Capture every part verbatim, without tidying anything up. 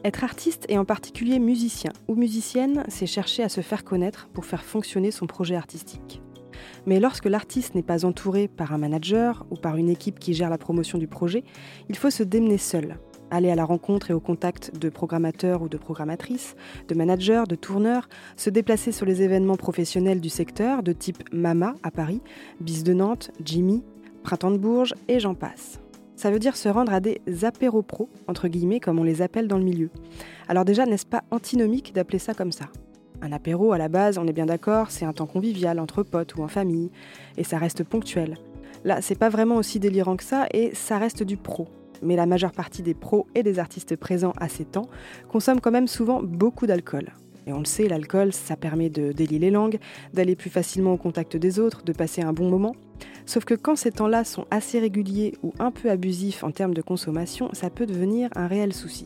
Être artiste et en particulier musicien ou musicienne, c'est chercher à se faire connaître pour faire fonctionner son projet artistique. Mais lorsque l'artiste n'est pas entouré par un manager ou par une équipe qui gère la promotion du projet, il faut se démener seul, aller à la rencontre et au contact de programmateurs ou de programmatrices, de managers, de tourneurs, se déplacer sur les événements professionnels du secteur de type Mama à Paris, Bis de Nantes, Jimmy, Printemps de Bourges et j'en passe. Ça veut dire se rendre à des apéro-pros, entre guillemets, comme on les appelle dans le milieu. Alors déjà, n'est-ce pas antinomique d'appeler ça comme ça ? Un apéro, à la base, on est bien d'accord, c'est un temps convivial entre potes ou en famille, et ça reste ponctuel. Là, c'est pas vraiment aussi délirant que ça, et ça reste du pro. Mais la majeure partie des pros et des artistes présents à ces temps consomment quand même souvent beaucoup d'alcool. Et on le sait, l'alcool, ça permet de délier les langues, d'aller plus facilement au contact des autres, de passer un bon moment. Sauf que quand ces temps-là sont assez réguliers ou un peu abusifs en termes de consommation, ça peut devenir un réel souci.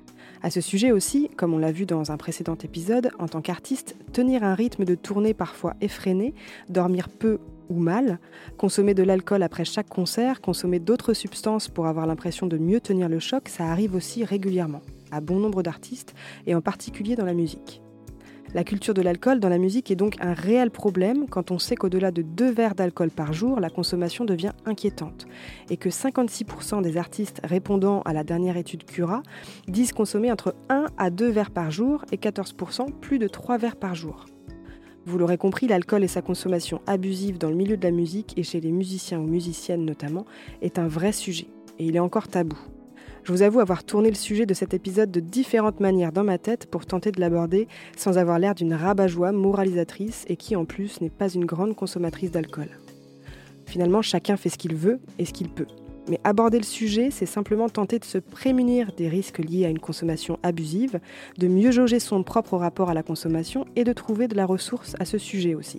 À ce sujet aussi, comme on l'a vu dans un précédent épisode, en tant qu'artiste, tenir un rythme de tournée parfois effréné, dormir peu ou mal, consommer de l'alcool après chaque concert, consommer d'autres substances pour avoir l'impression de mieux tenir le choc, ça arrive aussi régulièrement, à bon nombre d'artistes, et en particulier dans la musique. La culture de l'alcool dans la musique est donc un réel problème quand on sait qu'au-delà de deux verres d'alcool par jour, la consommation devient inquiétante et que cinquante-six pour cent des artistes répondant à la dernière étude Cura disent consommer entre un à deux verres par jour et quatorze pour cent plus de trois verres par jour. Vous l'aurez compris, l'alcool et sa consommation abusive dans le milieu de la musique et chez les musiciens ou musiciennes notamment est un vrai sujet et il est encore tabou. Je vous avoue avoir tourné le sujet de cet épisode de différentes manières dans ma tête pour tenter de l'aborder sans avoir l'air d'une rabat-joie moralisatrice et qui en plus n'est pas une grande consommatrice d'alcool. Finalement, chacun fait ce qu'il veut et ce qu'il peut. Mais aborder le sujet, c'est simplement tenter de se prémunir des risques liés à une consommation abusive, de mieux jauger son propre rapport à la consommation et de trouver de la ressource à ce sujet aussi.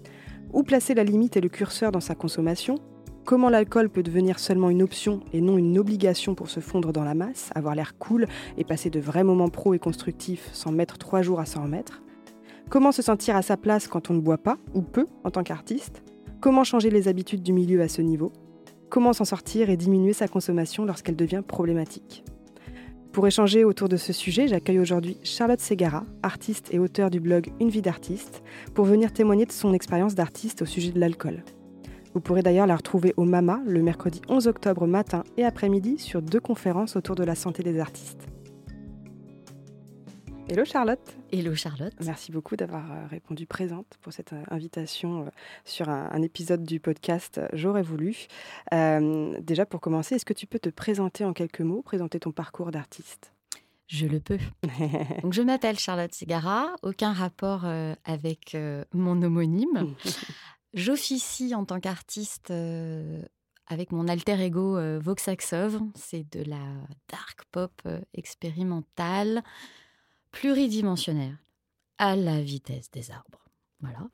Où placer la limite et le curseur dans sa consommation ? Comment l'alcool peut devenir seulement une option et non une obligation pour se fondre dans la masse, avoir l'air cool et passer de vrais moments pro et constructifs sans mettre trois jours à s'en remettre ? Comment se sentir à sa place quand on ne boit pas, ou peu, en tant qu'artiste ? Comment changer les habitudes du milieu à ce niveau ? Comment s'en sortir et diminuer sa consommation lorsqu'elle devient problématique ? Pour échanger autour de ce sujet, j'accueille aujourd'hui Charlotte Ségara, artiste et auteure du blog Une vie d'artiste, pour venir témoigner de son expérience d'artiste au sujet de l'alcool. Vous pourrez d'ailleurs la retrouver au Mama le mercredi onze octobre matin et après-midi sur deux conférences autour de la santé des artistes. Hello Charlotte. Hello Charlotte. Merci beaucoup d'avoir répondu présente pour cette invitation sur un, un épisode du podcast J'aurais voulu. Euh, déjà pour commencer, est-ce que tu peux te présenter en quelques mots, présenter ton parcours d'artiste ? Je le peux. Donc, je m'appelle Charlotte Ségara, aucun rapport euh, avec euh, mon homonyme. J'officie en tant qu'artiste euh, avec mon alter ego euh, Voxaxov. C'est de la dark pop euh, expérimentale, pluridimensionnaire, à la vitesse des arbres. Voilà.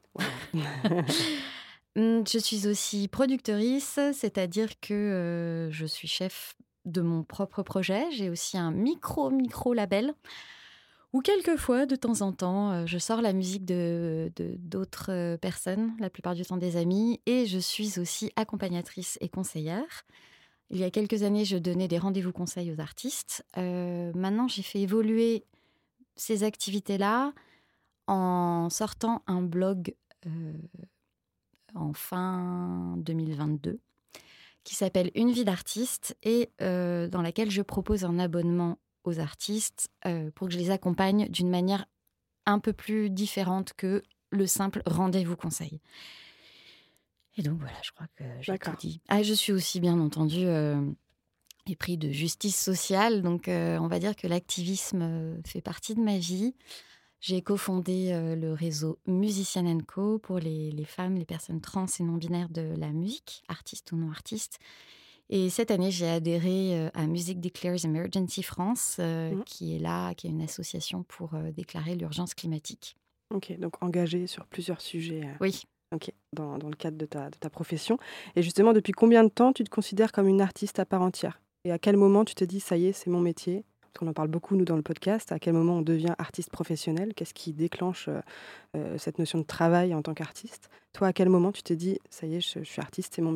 Je suis aussi productrice, c'est-à-dire que euh, je suis chef de mon propre projet. J'ai aussi un micro-micro-label où quelquefois, de temps en temps, je sors la musique de, de, d'autres personnes, la plupart du temps des amis, et je suis aussi accompagnatrice et conseillère. Il y a quelques années, je donnais des rendez-vous conseils aux artistes. Euh, maintenant, j'ai fait évoluer ces activités-là en sortant un blog euh, en fin deux mille vingt-deux qui s'appelle Une vie d'artiste et euh, dans laquelle je propose un abonnement aux artistes euh, pour que je les accompagne d'une manière un peu plus différente que le simple rendez-vous conseil. Et donc voilà, je crois que j'ai D'accord. tout dit. Ah, je suis aussi bien entendu euh, épris de justice sociale, donc euh, on va dire que l'activisme euh, fait partie de ma vie. J'ai cofondé euh, le réseau Musician and Co pour les, les femmes, les personnes trans et non-binaires de la musique, artistes ou non artistes. Et cette année, j'ai adhéré à Music Declares Emergency France, euh, mmh. qui est là, qui est une association pour euh, déclarer l'urgence climatique. Ok, donc engagée sur plusieurs sujets. Euh, oui. Ok, dans, dans le cadre de ta, de ta profession. Et justement, depuis combien de temps tu te considères comme une artiste à part entière ? Et à quel moment tu te dis, ça y est, c'est mon métier ? Parce qu'on en parle beaucoup, nous, dans le podcast. À quel moment on devient artiste professionnel ? Qu'est-ce qui déclenche euh, euh, cette notion de travail en tant qu'artiste ? Toi, à quel moment tu te dis, ça y est, je, je suis artiste, c'est mon métier ?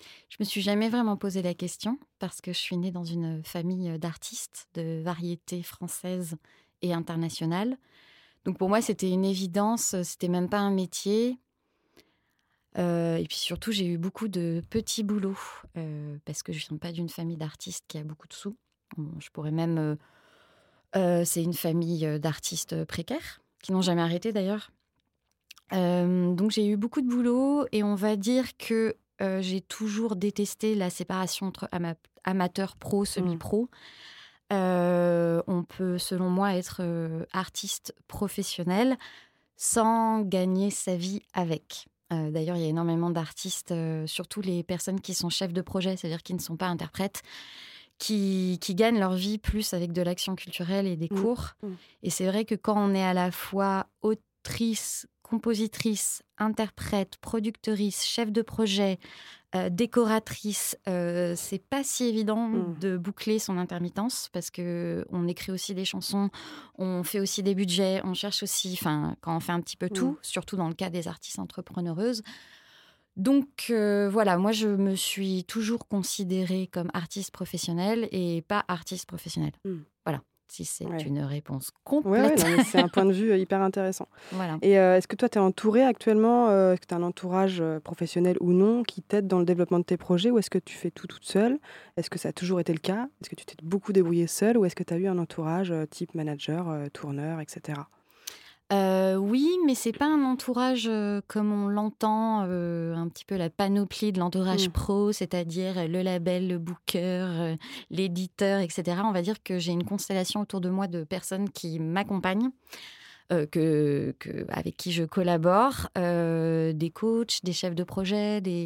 Je me suis jamais vraiment posé la question parce que je suis née dans une famille d'artistes de variété française et internationale. Donc pour moi, c'était une évidence, c'était même pas un métier. Euh, et puis surtout, j'ai eu beaucoup de petits boulots euh, parce que je viens pas d'une famille d'artistes qui a beaucoup de sous. Bon, je pourrais même... euh, euh, c'est une famille euh, d'artistes précaires qui n'ont jamais arrêté d'ailleurs. Euh, donc j'ai eu beaucoup de boulot et on va dire que euh, j'ai toujours détesté la séparation entre ama- amateur, pro, Mmh. semi-pro. Euh, on peut, selon moi, être euh, artiste professionnel sans gagner sa vie avec. Euh, d'ailleurs, il y a énormément d'artistes, euh, surtout les personnes qui sont chefs de projet, c'est-à-dire qui ne sont pas interprètes, qui, qui gagnent leur vie plus avec de l'action culturelle et des Mmh. cours. Mmh. Et c'est vrai que quand on est à la fois autrice, compositrice, interprète, productrice, chef de projet, euh, décoratrice, euh, c'est pas si évident Mmh. de boucler son intermittence parce que on écrit aussi des chansons, on fait aussi des budgets, on cherche aussi, enfin, quand on fait un petit peu Mmh. tout, surtout dans le cas des artistes entrepreneureuses. Donc euh, voilà, moi je me suis toujours considérée comme artiste professionnelle et pas artiste professionnelle. Mmh. Voilà, si c'est Ouais. une réponse Ouais, ouais, complète. non, mais c'est un point de vue, heu, hyper intéressant. Voilà. Et heu, est-ce que toi, tu es entourée actuellement, heu, est-ce que tu as un entourage, heu, professionnel ou non, qui t'aide dans le développement de tes projets ou est-ce que tu fais tout toute seule? Est-ce que ça a toujours été le cas? Est-ce que tu t'es beaucoup débrouillée seule ou est-ce que tu as eu un entourage, heu, type manager, heu, tourneur et cetera? Heu, oui, mais c'est pas un entourage, heu, comme on l'entend, heu, un petit peu la panoplie de l'entourage Mmh. pro, c'est-à-dire, heu, le label, le booker, heu, l'éditeur et cetera. On va dire que j'ai une constellation autour de moi de personnes qui m'accompagnent, heu, que que avec qui je collabore, heu, des coachs, des chefs de projet, des,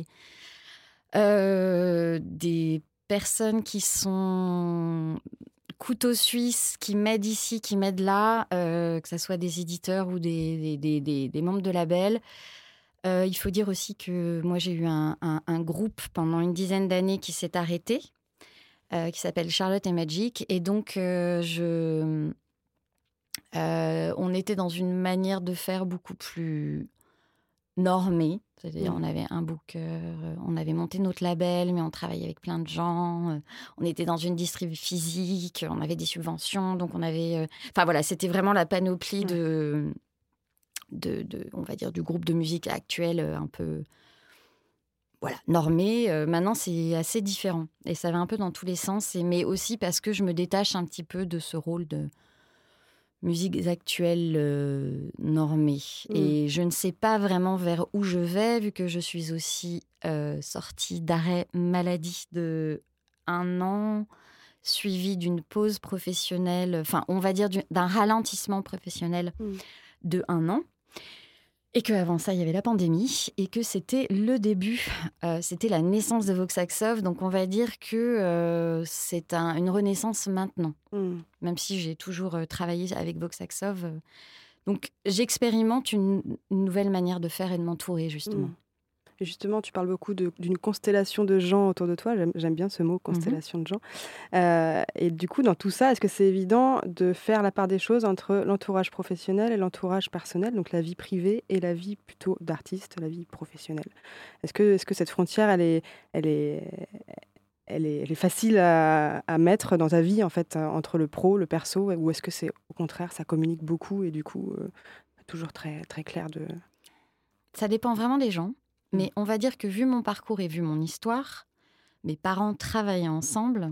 heu, des personnes qui sont couteau suisse, qui m'aident ici, qui m'aident là, euh, que ce soit des éditeurs ou des, des, des- des- des membres de label. Euh, il faut dire aussi que moi, j'ai eu un, un- un groupe pendant une dizaine d'années qui s'est arrêté, euh, qui s'appelle Charlotte et Magic. Et donc, euh, je, euh, on était dans une manière de faire beaucoup plus normée. C'est-à-dire, Mmh. on avait un booker, euh, on avait monté notre label, mais on travaillait avec plein de gens. euh, On était dans une distrib physique, on avait des subventions, donc on avait... euh, Enfin voilà, c'était vraiment la panoplie Ouais. de, de, de- on va dire, du groupe de musique actuel, euh, un peu, voilà, normé. Euh, Maintenant, c'est assez différent. Et ça va un peu dans tous les sens, et- mais aussi parce que je me détache un petit peu de ce rôle de musiques actuelles euh, normées. Mmh. Et je ne sais pas vraiment vers où je vais, vu que je suis aussi euh, sortie d'arrêt maladie de un an, suivi d'une pause professionnelle, enfin, on va dire du- d'un ralentissement professionnel Mmh. de un an. Et qu'avant ça, il y avait la pandémie et que c'était le début, euh, c'était la naissance de Voxaxov. Donc, on va dire que euh, c'est un- une renaissance maintenant, Mmh. même si j'ai toujours euh, travaillé avec Voxaxov. euh. Donc, j'expérimente une, une nouvelle manière de faire et de m'entourer, Mmh. justement. Et justement, tu parles beaucoup de d'une constellation de gens autour de toi. J'aime j'aime bien ce mot, Mhm. constellation de gens. Heu et du coup, dans tout ça, est-ce que c'est évident de faire la part des choses entre l'entourage professionnel et l'entourage personnel, donc la vie privée et la vie plutôt d'artiste, la vie professionnelle? Est-ce que est-ce que cette frontière, elle est elle est elle est elle est facile à à mettre dans ta vie, en fait, heu, entre le pro, le perso ou est-ce que c'est au contraire, ça communique beaucoup et du coup, heu, pas toujours très très clair de Ça dépend vraiment des gens. mmh. Mais on va dire que vu mon parcours et vu mon histoire, mes parents travaillaient ensemble.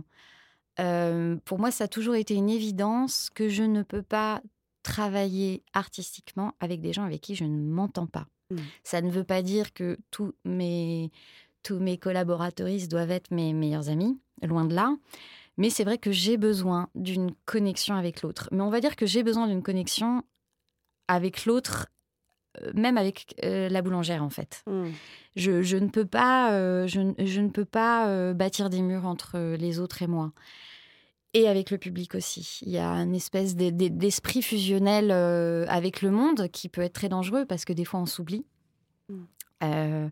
Euh, pour moi, ça a toujours été une évidence que je ne peux pas travailler artistiquement avec des gens avec qui je ne m'entends pas. Mmh. Ça ne veut pas dire que tous mes, tous mes collaborateuristes doivent être mes meilleurs amis, loin de là. Mais c'est vrai que j'ai besoin d'une connexion avec l'autre. Mais on va dire que j'ai besoin d'une connexion avec l'autre, euh, même avec euh, la boulangère, en fait. Mmh. Je, je ne peux pas, euh, je, ne- je ne peux pas euh, bâtir des murs entre les autres et moi. Et avec le public aussi. Il y a une espèce d'e- d'e- d'esprit fusionnel euh, avec le monde qui peut être très dangereux parce que des fois on s'oublie. Mmh. Euh,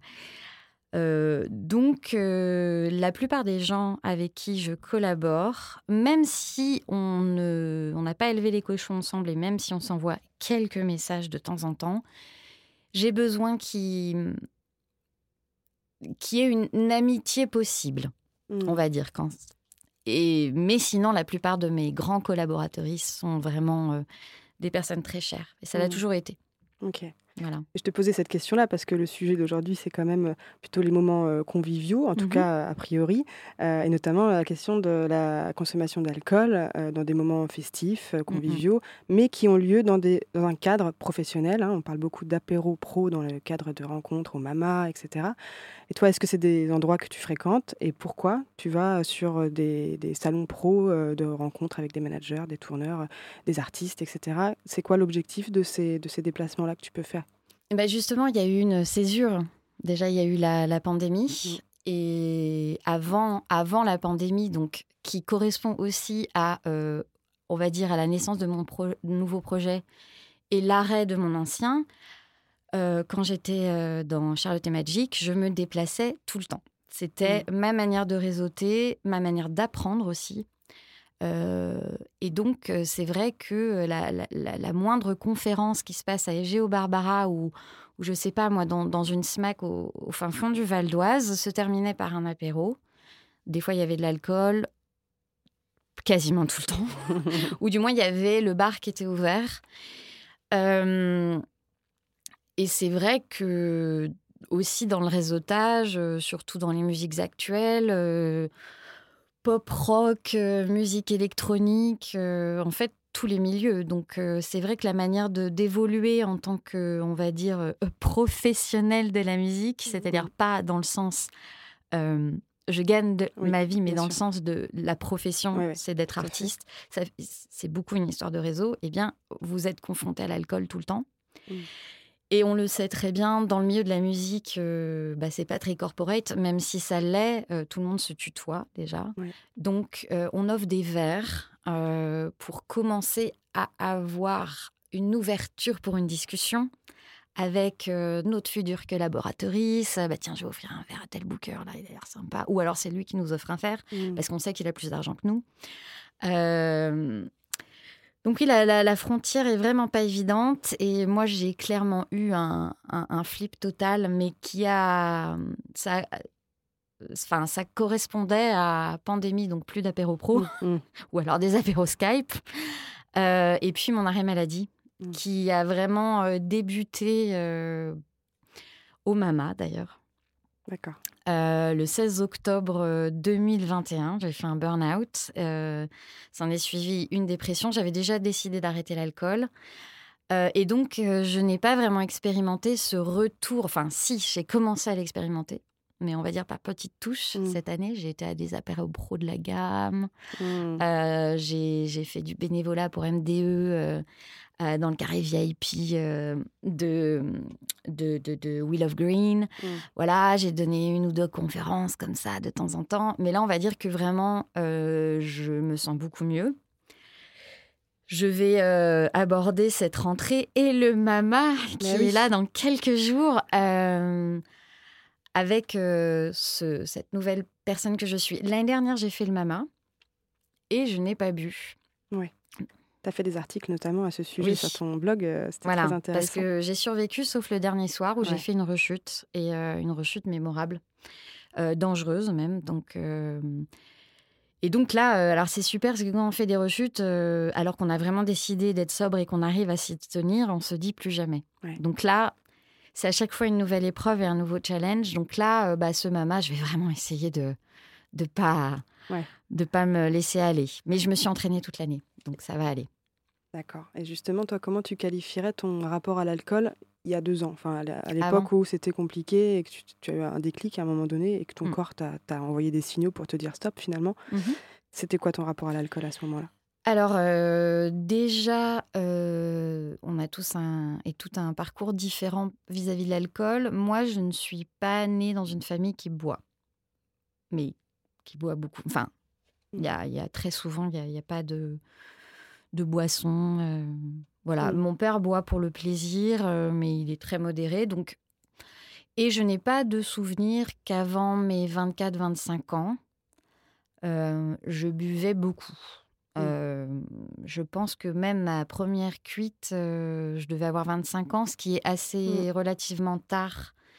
euh, donc, euh, la plupart des gens avec qui je collabore, même si on ne, on n'a pas élevé les cochons ensemble et même si on s'envoie quelques messages de temps en temps, j'ai besoin qu'ils qui ait une, une amitié possible, mmh. on va dire. Quand... Et, mais sinon, la plupart de mes grands collaboratrices sont vraiment euh, des personnes très chères. Et ça mmh. l'a toujours été. Ok. Voilà. Je te posais cette question-là parce que le sujet d'aujourd'hui, c'est quand même plutôt les moments euh, conviviaux, en tout mmh. cas a priori, euh, et notamment la question de la consommation d'alcool euh, dans des moments festifs, euh, conviviaux, mmh. mais qui ont lieu dans, des, dans un cadre professionnel. Hein. On parle beaucoup d'apéros pro dans le cadre de rencontres au Mama, et cetera. Et toi, est-ce que c'est des endroits que tu fréquentes et pourquoi tu vas sur des, des salons pro euh, de rencontres avec des managers, des tourneurs, des artistes, et cetera. C'est quoi l'objectif de ces, de ces déplacements-là que tu peux faire ? Ben justement, il y a eu une césure. Déjà, il y a eu la, la pandémie. Mmh. Et avant, avant la pandémie, donc, qui correspond aussi à, euh, on va dire, à la naissance de mon pro- nouveau projet et l'arrêt de mon ancien, euh, quand j'étais euh, dans Charlotte et Magic, je me déplaçais tout le temps. C'était mmh. ma manière de réseauter, ma manière d'apprendre aussi. Euh, et donc, c'est vrai que la, la, la moindre conférence qui se passe à Egeo Barbara ou, ou je ne sais pas, moi, dans, dans une SMAC au, au fin fond du Val d'Oise, se terminait par un apéro. Des fois, il y avait de l'alcool, quasiment tout le temps. Ou du moins, il y avait le bar qui était ouvert. Euh, et c'est vrai que, aussi dans le réseautage, euh, surtout dans les musiques actuelles... Euh, pop, rock, euh, musique électronique, euh, en fait, tous les milieux. Donc, euh, c'est vrai que la manière de, d'évoluer en tant que, on va dire, euh, professionnel de la musique, c'est-à-dire mmh. pas dans le sens... Euh, je gagne de oui, ma vie, mais dans sûr. Le sens de la profession, ouais, ouais, c'est d'être artiste. Ça, c'est beaucoup une histoire de réseau. Eh bien, vous êtes confronté à l'alcool tout le temps. Mmh. Et on le sait très bien, dans le milieu de la musique, euh, bah, c'est pas très corporate, même si ça l'est, euh, tout le monde se tutoie déjà. Oui. Donc, euh, on offre des verres euh, pour commencer à avoir une ouverture pour une discussion avec euh, notre future collaboratrice. Bah, tiens, je vais offrir un verre à tel booker, là, il a l'air sympa. Ou alors, c'est lui qui nous offre un verre, mmh. parce qu'on sait qu'il a plus d'argent que nous. Euh... Donc oui, la, la, la frontière est vraiment pas évidente et moi j'ai clairement eu un, un, un flip total, mais qui a, ça, enfin ça correspondait à pandémie, donc plus d'apéro pro mmh, mmh. ou alors des apéros Skype, euh, et puis mon arrêt maladie mmh. qui a vraiment euh, débuté euh, au Mama d'ailleurs. D'accord. Euh, le seize octobre deux mille vingt et un, j'ai fait un burn-out. Euh, ça en est suivi une dépression. J'avais déjà décidé d'arrêter l'alcool. Euh, et donc, euh, je n'ai pas vraiment expérimenté ce retour. Enfin, si, j'ai commencé à l'expérimenter. Mais on va dire par petites touches. Mmh. Cette année, j'ai été à des apéros pro de la gamme. Mmh. Euh, j'ai, j'ai fait du bénévolat pour M D E euh, euh, dans le carré V I P euh, de, de, de, de Wheel of Green. Mmh. Voilà, j'ai donné une ou deux conférences comme ça de temps en temps. Mais là, on va dire que vraiment, euh, je me sens beaucoup mieux. Je vais euh, aborder cette rentrée et le Mama qui oui. est là dans quelques jours euh, avec euh, ce, cette nouvelle personne que je suis. L'année dernière, j'ai fait le Mama et je n'ai pas bu. Oui. Tu as fait des articles notamment à ce sujet oui. sur ton blog, euh, c'était voilà, très intéressant. Parce que j'ai survécu sauf le dernier soir où ouais. j'ai fait une rechute, et euh, une rechute mémorable, euh, dangereuse même. Donc, euh... Et donc là, euh, alors c'est super parce que quand on fait des rechutes, euh, alors qu'on a vraiment décidé d'être sobre et qu'on arrive à s'y tenir, on se dit plus jamais. Ouais. Donc là, c'est à chaque fois une nouvelle épreuve et un nouveau challenge. Donc là, euh, bah, ce Mama, je vais vraiment essayer de ne pas, ouais. de pas me laisser aller. Mais je me suis entraînée toute l'année, donc ça va aller. D'accord. Et justement, toi, comment tu qualifierais ton rapport à l'alcool il y a deux ans, enfin, à l'époque Avant. Où c'était compliqué et que tu, tu as eu un déclic à un moment donné et que ton mmh. corps t'a, t'a envoyé des signaux pour te dire stop finalement. Mmh. C'était quoi ton rapport à l'alcool à ce moment-là ? Alors euh, déjà, euh, on a tous un, et tout un parcours différent vis-à-vis de l'alcool. Moi, je ne suis pas née dans une famille qui boit, mais qui boit beaucoup. Enfin, il mmh. y, a, y a très souvent, il n'y a, a pas de... de boissons. Euh, voilà, mmh. Mon père boit pour le plaisir, euh, mais il est très modéré. Donc... Et je n'ai pas de souvenir qu'avant mes vingt-quatre vingt-cinq ans, euh, je buvais beaucoup. Mmh. Euh, je pense que même ma première cuite, euh, je devais avoir vingt-cinq ans, ce qui est assez mmh. relativement tard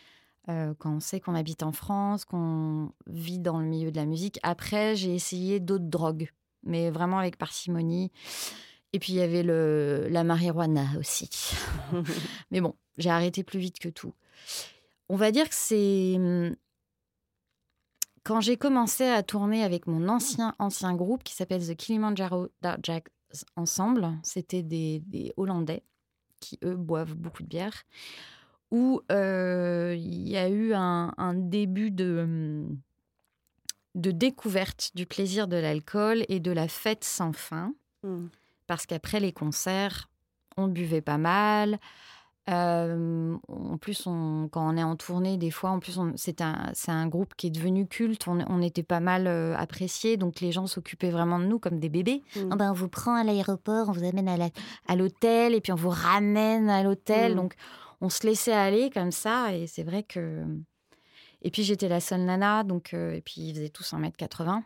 euh, quand on sait qu'on habite en France, qu'on vit dans le milieu de la musique. Après, j'ai essayé d'autres drogues, mais vraiment avec parcimonie. Et puis, il y avait le, la marijuana aussi. Mais bon, j'ai arrêté plus vite que tout. On va dire que c'est... Quand j'ai commencé à tourner avec mon ancien, ancien groupe qui s'appelle The Kilimanjaro Jazz Ensemble, c'était des, des Hollandais qui, eux, boivent beaucoup de bière, où euh, il y a eu un, un début de, de découverte du plaisir de l'alcool et de la fête sans fin. Mmh. Parce qu'après les concerts, on buvait pas mal. Euh, en plus, on, quand on est en tournée, des fois, en plus, on, c'est, un, c'est un groupe qui est devenu culte. On, on était pas mal euh, appréciés, donc les gens s'occupaient vraiment de nous comme des bébés. Mmh. Ah ben, on vous prend à l'aéroport, on vous amène à, la, à l'hôtel, et puis on vous ramène à l'hôtel. Mmh. Donc, on se laissait aller comme ça, et c'est vrai que... Et puis, j'étais la seule nana, donc, euh, et puis ils faisaient tous un mètre quatre-vingts.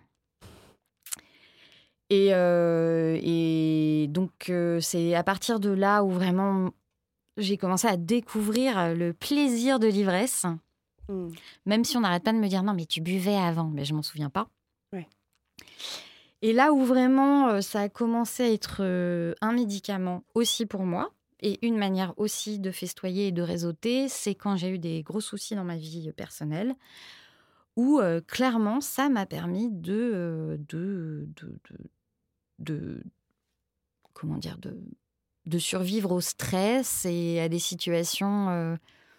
Et, euh, et donc, euh, c'est à partir de là où vraiment... j'ai commencé à découvrir le plaisir de l'ivresse, mmh. même si on n'arrête pas de me dire « Non, mais tu buvais avant », mais je ne m'en souviens pas. Ouais. Et là où vraiment euh, ça a commencé à être euh, un médicament aussi pour moi, et une manière aussi de festoyer et de réseauter, c'est quand j'ai eu des gros soucis dans ma vie personnelle, où euh, clairement, ça m'a permis de, euh, de, de, de, de... Comment dire de, de survivre au stress et à des situations euh,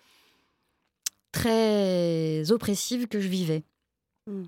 très oppressives que je vivais. Mmh.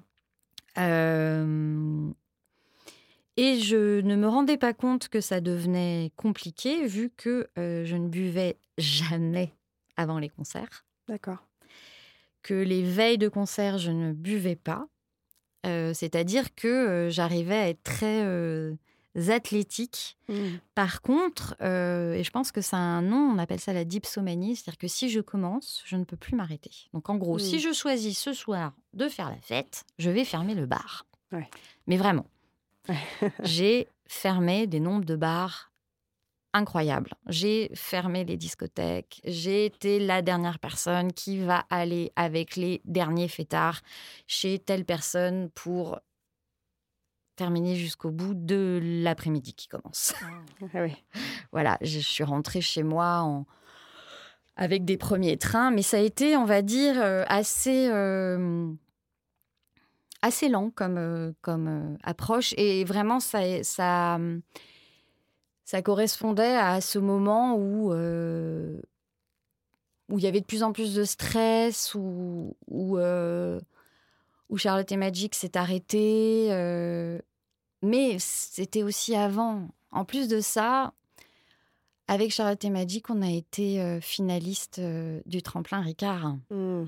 Euh, et je ne me rendais pas compte que ça devenait compliqué vu que euh, je ne buvais jamais avant les concerts. D'accord. Que les veilles de concert, je ne buvais pas. Euh, c'est-à-dire que euh, j'arrivais à être très... Euh, athlétiques. Mmh. Par contre, euh, et je pense que ça a un nom, on appelle ça la dipsomanie, c'est-à-dire que si je commence, je ne peux plus m'arrêter. Donc en gros, mmh. si je choisis ce soir de faire la fête, je vais fermer le bar. Ouais. Mais vraiment, j'ai fermé des nombres de bars incroyables. J'ai fermé les discothèques. J'ai été la dernière personne qui va aller avec les derniers fêtards chez telle personne pour... terminé jusqu'au bout de l'après-midi qui commence. Ah oui. Voilà, je suis rentrée chez moi en... avec des premiers trains, mais ça a été, on va dire, euh, assez, euh, assez lent comme, euh, comme euh, approche. Et vraiment, ça, ça, ça correspondait à ce moment où, euh, où il y avait de plus en plus de stress, où, où, euh, où Charlotte et Magic s'est arrêtée. Euh, Mais c'était aussi avant. En plus de ça, avec Charlotte et Magic, on a été euh, finaliste euh, du tremplin Ricard. Mmh.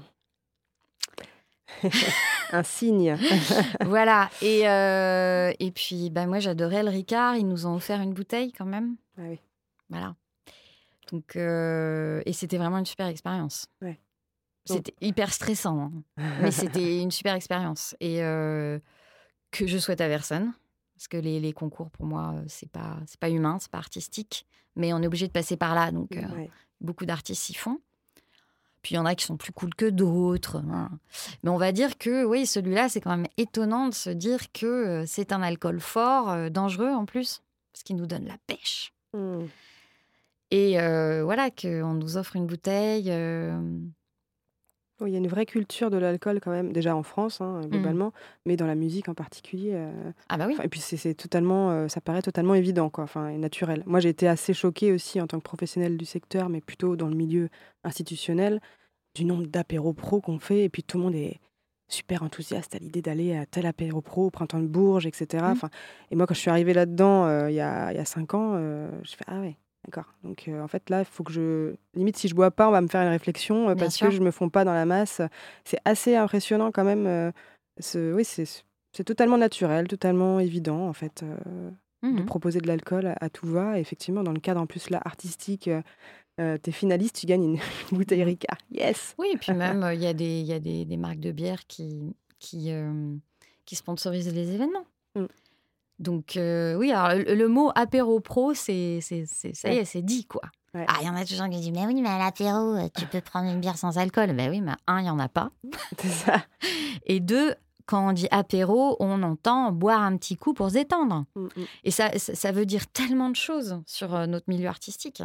Un signe. Voilà. Et, euh, et puis, bah, moi, j'adorais le Ricard. Ils nous ont offert une bouteille quand même. Ah oui. Voilà. Donc, euh, et c'était vraiment une super expérience. Ouais. C'était Donc... hyper stressant, hein. Mais c'était une super expérience. Et euh, que je souhaite à personne. Parce que les, les concours, pour moi, c'est pas, c'est pas humain, c'est pas artistique. Mais on est obligé de passer par là. Donc, euh, ouais. beaucoup d'artistes s'y font. Puis, il y en a qui sont plus cool que d'autres. Hein. Mais on va dire que, oui, celui-là, c'est quand même étonnant de se dire que euh, c'est un alcool fort, euh, dangereux en plus, parce qu'il nous donne la pêche. Mmh. Et euh, voilà, qu'on nous offre une bouteille... Euh... Oui, il y a une vraie culture de l'alcool quand même, déjà en France, hein, globalement, mmh. mais dans la musique en particulier. Euh... Ah bah oui. Et puis c'est, c'est totalement, euh, ça paraît totalement évident, quoi, enfin, et naturel. Moi, j'ai été assez choquée aussi en tant que professionnelle du secteur, mais plutôt dans le milieu institutionnel, du nombre d'apéros pro qu'on fait, et puis tout le monde est super enthousiaste à l'idée d'aller à tel apéro pro au Printemps de Bourges, et cetera. Mmh. Enfin, et moi, quand je suis arrivée là-dedans euh, il y a, il y a cinq ans, euh, je fais « Ah ouais ». D'accord. Donc, euh, en fait, là, il faut que je... Limite, si je bois pas, on va me faire une réflexion euh, parce sûr. que je me fonds pas dans la masse. C'est assez impressionnant quand même. Euh, ce... Oui, c'est, c'est totalement naturel, totalement évident, en fait, euh, mmh. de proposer de l'alcool à, à tout va. Et effectivement, dans le cadre, en plus, là, artistique, euh, t'es finaliste, tu gagnes une bouteille Ricard. Yes. Oui, et puis même, il euh, y a, des, y a des, des marques de bière qui, qui, euh, qui sponsorisent les événements. Mmh. Donc, euh, oui, alors le, le mot apéro pro, c'est, c'est, c'est, ça y est, c'est dit, quoi. Ouais. Ah, il y en a toujours qui disent, mais oui, mais à l'apéro, tu peux prendre une bière sans alcool. Ben oui, mais un, il n'y en a pas. C'est ça. Et deux, quand on dit apéro, on entend boire un petit coup pour se détendre. Mm, mm. Et ça, ça, ça veut dire tellement de choses sur euh, notre milieu artistique.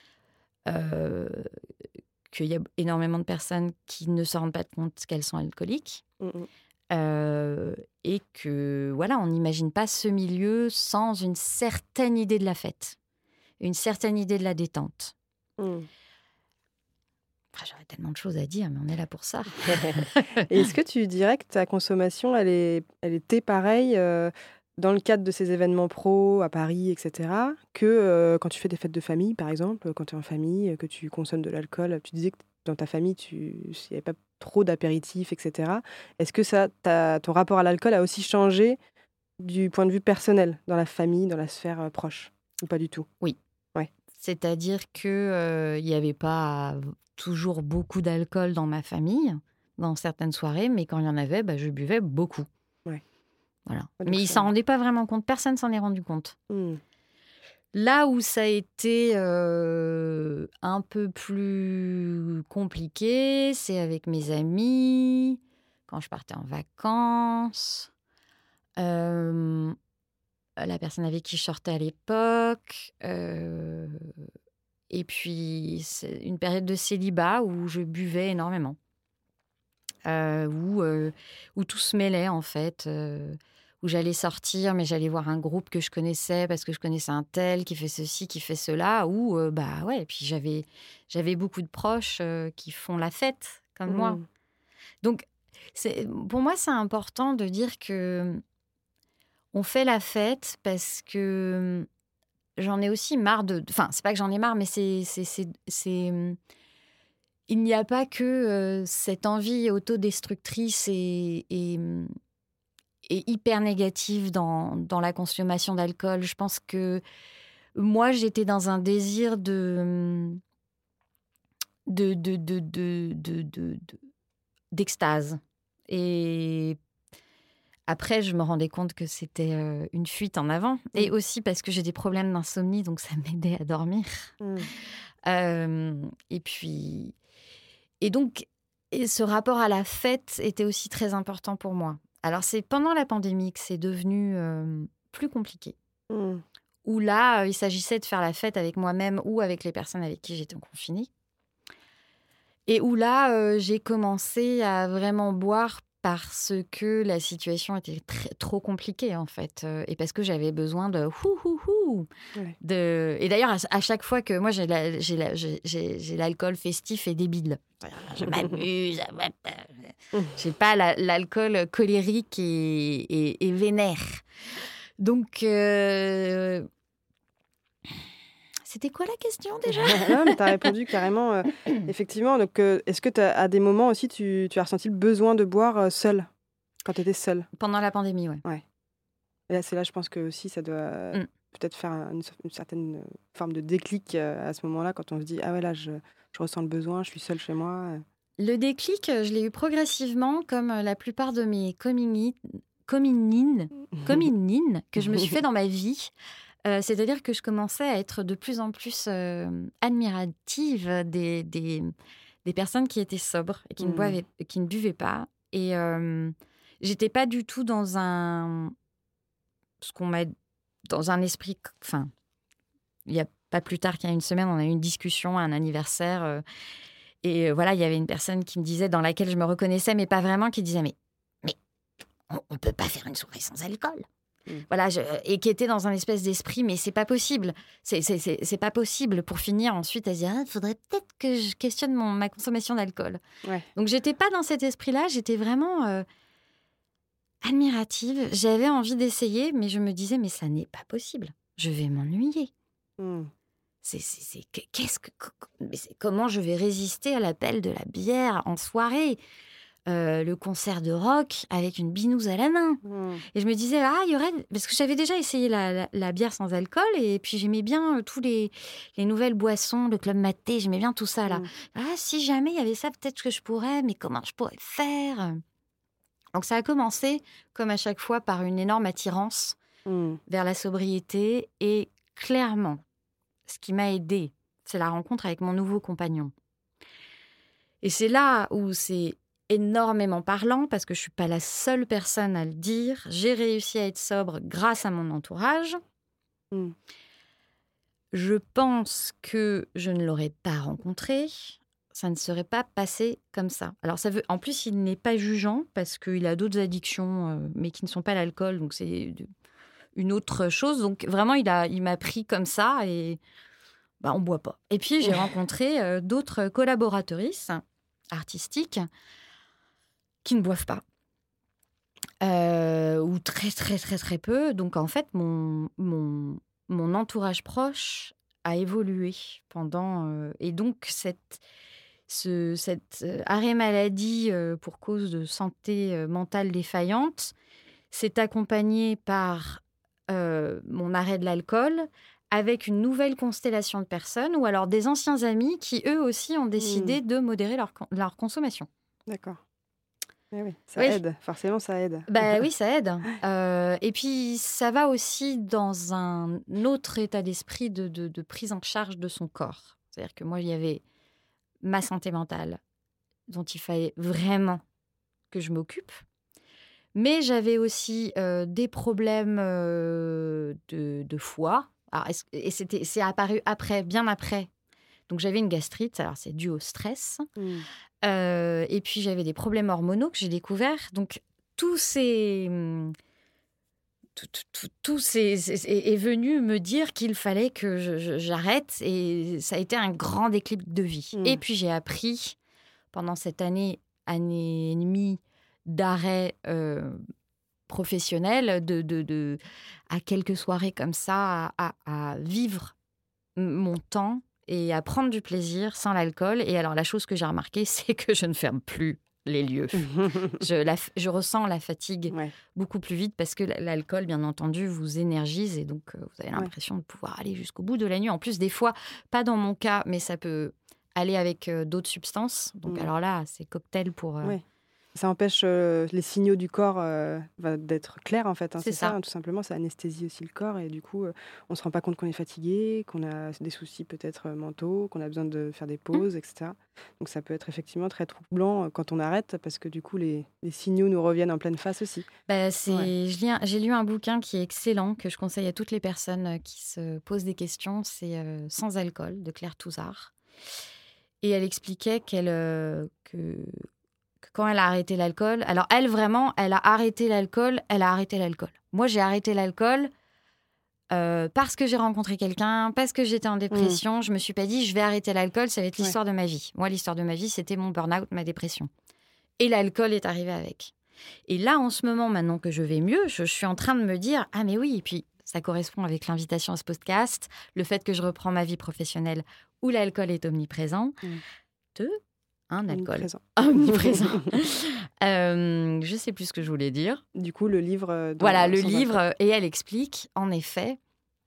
Euh, qu'il y a énormément de personnes qui ne se rendent pas compte qu'elles sont alcooliques. Mm, mm. Euh, et que, voilà, on n'imagine pas ce milieu sans une certaine idée de la fête, une certaine idée de la détente. Mm. Ah, j'aurais tellement de choses à dire, mais on est là pour ça. Et est-ce que tu dirais que ta consommation, elle, est, elle était pareille euh, dans le cadre de ces événements pro à Paris, et cetera, que euh, quand tu fais des fêtes de famille, par exemple, quand tu es en famille, que tu consommes de l'alcool, tu disais que dans ta famille, tu- il n'y avait pas trop d'apéritifs, et cetera. Est-ce que ça, ta- ton rapport à l'alcool a aussi changé du point de vue personnel, dans la famille, dans la sphère euh, proche, ou pas du tout? Oui. Ouais. C'est-à-dire qu'il euh, n'y avait pas toujours beaucoup d'alcool dans ma famille, dans certaines soirées, mais quand il y en avait, bah, je buvais beaucoup. Ouais. Voilà. Ouais, donc Mais ils ne ça- s'en rendaient pas vraiment compte. Personne ne s'en est rendu compte. Hmm. Là où ça a été euh, un peu plus compliqué, c'est avec mes amis, quand je partais en vacances, euh, la personne avec qui je sortais à l'époque, euh, et puis c'est une période de célibat où je buvais énormément, euh, où, euh, où tout se mêlait en fait. euh, où j'allais sortir, mais j'allais voir un groupe que je connaissais parce que je connaissais un tel qui fait ceci, qui fait cela, ou euh, bah ouais, et puis j'avais, j'avais beaucoup de proches euh, qui font la fête comme moi. Hmm. Donc, c'est, pour moi, c'est important de dire que on fait la fête parce que j'en ai aussi marre de... Enfin, c'est pas que j'en ai marre, mais c'est... c'est, c'est, c'est il n'y a pas que euh, cette envie autodestructrice et... et est hyper négative dans, dans la consommation d'alcool. Je pense que moi, j'étais dans un désir de, de, de, de, de, de, de- de- d'extase. Et après, je me rendais compte que c'était euh, une fuite en avant. Et Mm. aussi parce que j'ai des problèmes d'insomnie, donc ça m'aidait à dormir. Hmm. Euh, et puis... Et donc, et ce rapport à la fête était aussi très important pour moi. Alors, c'est pendant la pandémie que c'est devenu euh, plus compliqué. Hmm. Où là, euh, il s'agissait de faire la fête avec moi-même ou avec les personnes avec qui j'étais confinée. Et où là, euh, j'ai commencé à vraiment boire parce que la situation était très, trop compliquée, en fait. Euh, et parce que j'avais besoin de... Hou, hou, hou, Ouais. de... Et d'ailleurs, à, à chaque fois que... Moi, j'ai, la- j'ai, la- j'ai, j'ai, j'ai l'alcool festif et débile. Je m'amuse. J'ai pas la- l'alcool colérique et, et, et vénère. Donc... euh, C'était quoi la question déjà? Non, mais tu as répondu carrément, euh, effectivement. Donc, euh, est-ce que t'as- à des moments aussi, tu, tu as ressenti le besoin de boire euh, seul, quand tu étais seule? Pendant la pandémie, ouais. Et là, c'est là, je pense que aussi, ça doit euh, Mm. peut-être faire un- une, une certaine euh, forme de déclic euh, à ce moment-là, quand on se dit, ah ouais, là, je, je ressens le besoin, je suis seule chez moi. euh. Le déclic, euh, je l'ai eu progressivement, comme euh, la plupart de mes comini- cominines, cominines que je me suis fait dans ma vie. Euh, c'est-à-dire que je commençais à être de plus en plus euh, admirative des, des, des personnes qui étaient sobres et qui, ne, Mm. boivaient, qui ne buvaient pas. Et euh, j'étais pas du tout dans un... ce qu'on m'a... dans un esprit... Enfin, il y a pas plus tard qu'il y a une semaine, on a eu une discussion à un anniversaire... euh, Et euh, voilà, il y avait une personne qui me disait, dans laquelle je me reconnaissais, mais pas vraiment, qui disait, mais, mais on ne peut pas faire une soirée sans alcool. Mm. Voilà, je- et qui était dans un espèce d'esprit, mais c'est pas possible. C'est, c'est, c'est, c'est pas possible pour finir ensuite à se dire, il faudrait peut-être que je questionne mon, ma consommation d'alcool. Ouais. Donc, j'étais pas dans cet esprit-là, j'étais vraiment euh, admirative. J'avais envie d'essayer, mais je me disais, mais ça n'est pas possible. Je vais m'ennuyer. Mm. C'est, c'est, c'est, que- qu'est-ce que, co- co- mais c'est, comment je vais résister à l'appel de la bière en soirée, Euh, le concert de rock avec une binouse à la main. Mm. Et je me disais, ah, il y aurait... Parce que j'avais déjà essayé la, la, la bière sans alcool, et puis j'aimais bien euh, tous les, les nouvelles boissons, le club maté, j'aimais bien tout ça, là. Mm. Ah, si jamais il y avait ça, peut-être que je pourrais, mais comment je pourrais faire? Donc ça a commencé, comme à chaque fois, par une énorme attirance Mmh. vers la sobriété. Et clairement, ce qui m'a aidée, c'est la rencontre avec mon nouveau compagnon. Et c'est là où c'est énormément parlant, parce que je ne suis pas la seule personne à le dire. J'ai réussi à être sobre grâce à mon entourage. Mmh. Je pense que je ne l'aurais pas rencontré, ça ne serait pas passé comme ça. Alors, ça veut, en plus, il n'est pas jugeant parce qu'il a d'autres addictions, euh, mais qui ne sont pas l'alcool, donc c'est une autre chose. Donc, vraiment, il, a, il m'a pris comme ça et bah, on ne boit pas. Et puis, j'ai rencontré euh, d'autres collaboratrices artistiques qui ne boivent pas. Euh, ou très, très, très, très peu. Donc, en fait, mon... mon Mon entourage proche a évolué pendant... Euh, et donc, cette, ce, cet euh, arrêt maladie euh, pour cause de santé euh, mentale défaillante s'est accompagné par euh, mon arrêt de l'alcool avec une nouvelle constellation de personnes ou alors des anciens amis qui, eux aussi, ont décidé Mmh. de modérer leur, leur consommation. D'accord. Eh oui, ça Oui. aide, forcément ça aide. Bah oui, ça aide. Euh, et puis, ça va aussi dans un autre état d'esprit de, de, de prise en charge de son corps. C'est-à-dire que moi, il y avait ma santé mentale, dont il fallait vraiment que je m'occupe. Mais j'avais aussi euh, des problèmes euh, de, de foie. Alors, est-ce- et c'était, c'est apparu après, bien après. Donc, j'avais une gastrite. Alors, c'est dû au stress. Mmh. Euh, et puis, j'avais des problèmes hormonaux que j'ai découverts. Donc, tous ces... Tout, tout, tout, tout c'est, c'est, est venu me dire qu'il fallait que je, je, j'arrête. Et ça a été un grand déclic de vie. Mmh. Et puis, j'ai appris, pendant cette année, année et demie d'arrêt euh, professionnel, de, de, de, à quelques soirées comme ça, à, à, à vivre mon temps et à prendre du plaisir sans l'alcool. Et alors, la chose que j'ai remarquée, c'est que je ne ferme plus les lieux. je, la, je ressens la fatigue Ouais. beaucoup plus vite parce que l'alcool, bien entendu, vous énergise et donc euh, vous avez Ouais. l'impression de pouvoir aller jusqu'au bout de la nuit. En plus, des fois, pas dans mon cas, mais ça peut aller avec euh, d'autres substances. Donc, Mmh. alors là, c'est cocktail pour... Euh... Ouais. Ça empêche euh, les signaux du corps euh, va- d'être clairs, en fait. Hein, C'est c'est ça, ça. hein, tout simplement. Ça anesthésie aussi le corps et du coup, euh, on ne se rend pas compte qu'on est fatigué, qu'on a des soucis peut-être euh, mentaux, qu'on a besoin de faire des pauses, et cetera. Donc ça peut être effectivement très troublant euh, quand on arrête parce que du coup, les, les signaux nous reviennent en pleine face aussi. Bah, c'est... Ouais. je lis un- J'ai lu un bouquin qui est excellent, que je conseille à toutes les personnes euh, qui se posent des questions. C'est euh, Sans alcool, de Claire Touzard. Et elle expliquait qu'elle, euh, que, que quand elle a arrêté l'alcool... Alors, elle, vraiment, elle a arrêté l'alcool, elle a arrêté l'alcool. Moi, j'ai arrêté l'alcool euh, parce que j'ai rencontré quelqu'un, parce que j'étais en dépression. Je me suis pas dit, je vais arrêter l'alcool, ça va être Ouais. l'histoire de ma vie. Moi, l'histoire de ma vie, c'était mon burn-out, ma dépression. Et l'alcool est arrivé avec. Et là, en ce moment, maintenant que je vais mieux, je, je suis en train de me dire, ah mais oui, et puis ça correspond avec l'invitation à ce podcast, le fait que je reprends ma vie professionnelle où l'alcool est omniprésent. Mmh. Deux, un alcool Omniprésent. omniprésent. euh, je sais plus ce que je voulais dire. Du coup, le livre. euh, dans- Voilà, le sans livre, alcool. et elle explique, en effet,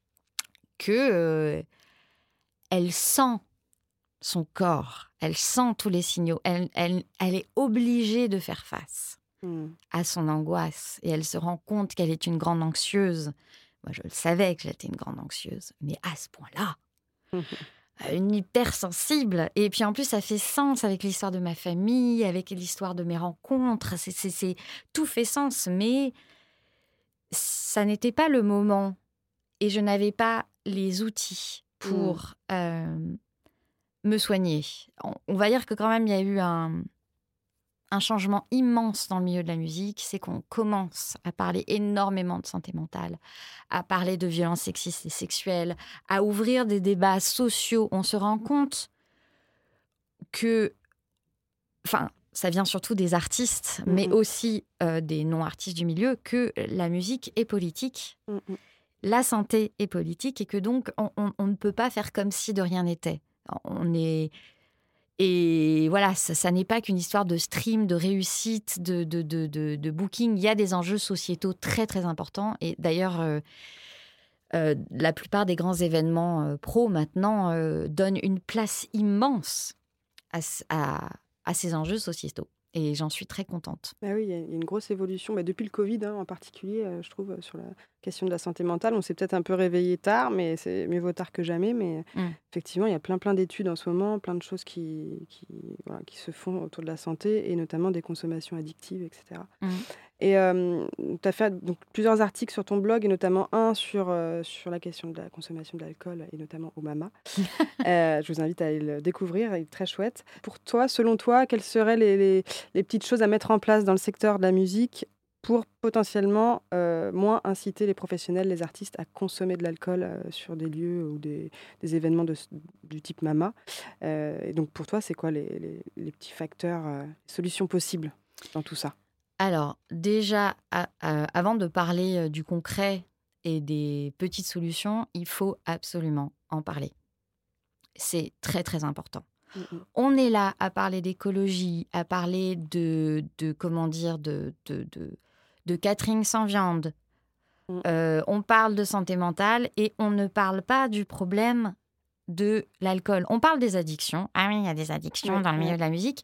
que euh, elle sent son corps, elle sent tous les signaux, elle, elle, elle est obligée de faire face Mmh. à son angoisse et elle se rend compte qu'elle est une grande anxieuse. Moi, je le savais que j'étais une grande anxieuse, mais à ce point-là, euh, une hypersensible. Et puis en plus, ça fait sens avec l'histoire de ma famille, avec l'histoire de mes rencontres. C'est, c'est, c'est... Tout fait sens, mais ça n'était pas le moment et je n'avais pas les outils pour Mmh. euh, me soigner. On, on va dire que quand même, il y a eu un... un changement immense dans le milieu de la musique, c'est qu'on commence à parler énormément de santé mentale, à parler de violences sexistes et sexuelles, à ouvrir des débats sociaux. On se rend compte que, enfin, ça vient surtout des artistes, mais Mhm. aussi euh, des non-artistes du milieu, que la musique est politique, Mhm. la santé est politique, et que donc on, on- on ne peut pas faire comme si de rien n'était. On est... Et voilà, ça, ça n'est pas qu'une histoire de stream, de réussite, de, de, de, de, de booking. Il y a des enjeux sociétaux très, très importants. Et d'ailleurs, euh, euh, la plupart des grands événements euh, pro, maintenant, euh, donnent une place immense à, c- à, à ces enjeux sociétaux. Et j'en suis très contente. Ah oui, il y a il y a une grosse évolution, bah, depuis le Covid hein, en particulier, euh, je trouve, euh, sur la, question de la santé mentale. On s'est peut-être un peu réveillé tard, mais c'est mieux vaut tard que jamais. Mais Mmh. effectivement, il y a plein, plein d'études en ce moment, plein de choses qui, qui, voilà, qui se font autour de la santé et notamment des consommations addictives, et cetera. Mmh. Et tu as fait donc, plusieurs articles sur ton blog, et notamment un sur, euh, sur la question de la consommation de l'alcool, et notamment au Mama. euh, je vous invite à aller le découvrir, il est très chouette. Pour toi, selon toi, quelles seraient les, les, les petites choses à mettre en place dans le secteur de la musique pour potentiellement euh, moins inciter les professionnels, les artistes à consommer de l'alcool euh, sur des lieux ou des, des événements de, du type Mama. Euh, et donc pour toi, c'est quoi les, les, les petits facteurs, euh, les solutions possibles dans tout ça? Alors, déjà, à- à- avant de parler euh, du concret et des petites solutions, il faut absolument en parler. C'est très, très important. Mm-mm. On est là à parler d'écologie, à parler de, de comment dire, de, de, de, de catering sans viande. Mm. Euh, on parle de santé mentale et on ne parle pas du problème de l'alcool. On parle des addictions. Ah oui, il y a des addictions Ouais, dans le milieu ouais. de la musique.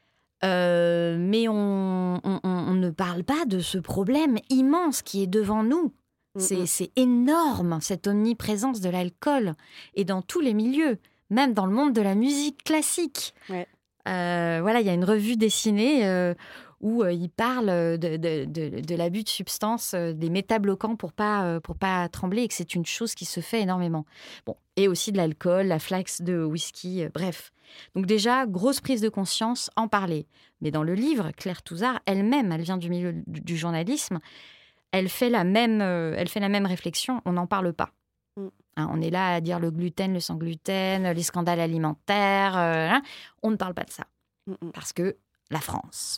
Euh, mais on, on, on ne parle pas de ce problème immense qui est devant nous. C'est, Mm-mm. c'est énorme, cette omniprésence de l'alcool. Et dans tous les milieux, même dans le monde de la musique classique. Ouais. Euh, voilà, il y a une revue dessinée euh, où euh, il parle de, de, de, de l'abus de substances, euh, des métabloquants pour pas, euh, pour pas trembler, et que c'est une chose qui se fait énormément. Bon, et aussi de l'alcool, la flax de whisky, euh, bref. Donc déjà, grosse prise de conscience, en parler. Mais dans le livre, Claire Touzard, elle-même, elle vient du milieu du, du journalisme, elle fait, la même, euh, elle fait la même réflexion, on n'en parle pas. Mm. Hein, on est là à dire le gluten, le sans gluten, les scandales alimentaires. Euh, hein, on ne parle pas de ça. Mm-mm. Parce que la France.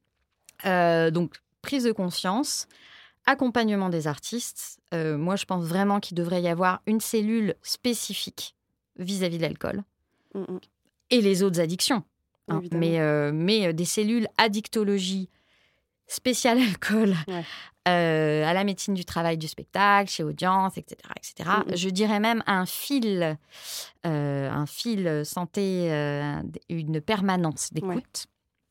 Euh, donc, prise de conscience, accompagnement des artistes. Euh, moi, je pense vraiment qu'il devrait y avoir une cellule spécifique vis-à-vis de l'alcool Mm-mm. et les autres addictions. Hein, Évidemment. mais, euh, mais des cellules addictologie spéciale alcool, Ouais. euh, à la médecine du travail du spectacle, chez Audience, et cetera, et cetera. Mm-mm. Je dirais même un fil, euh, un fil santé, euh, une permanence d'écoute.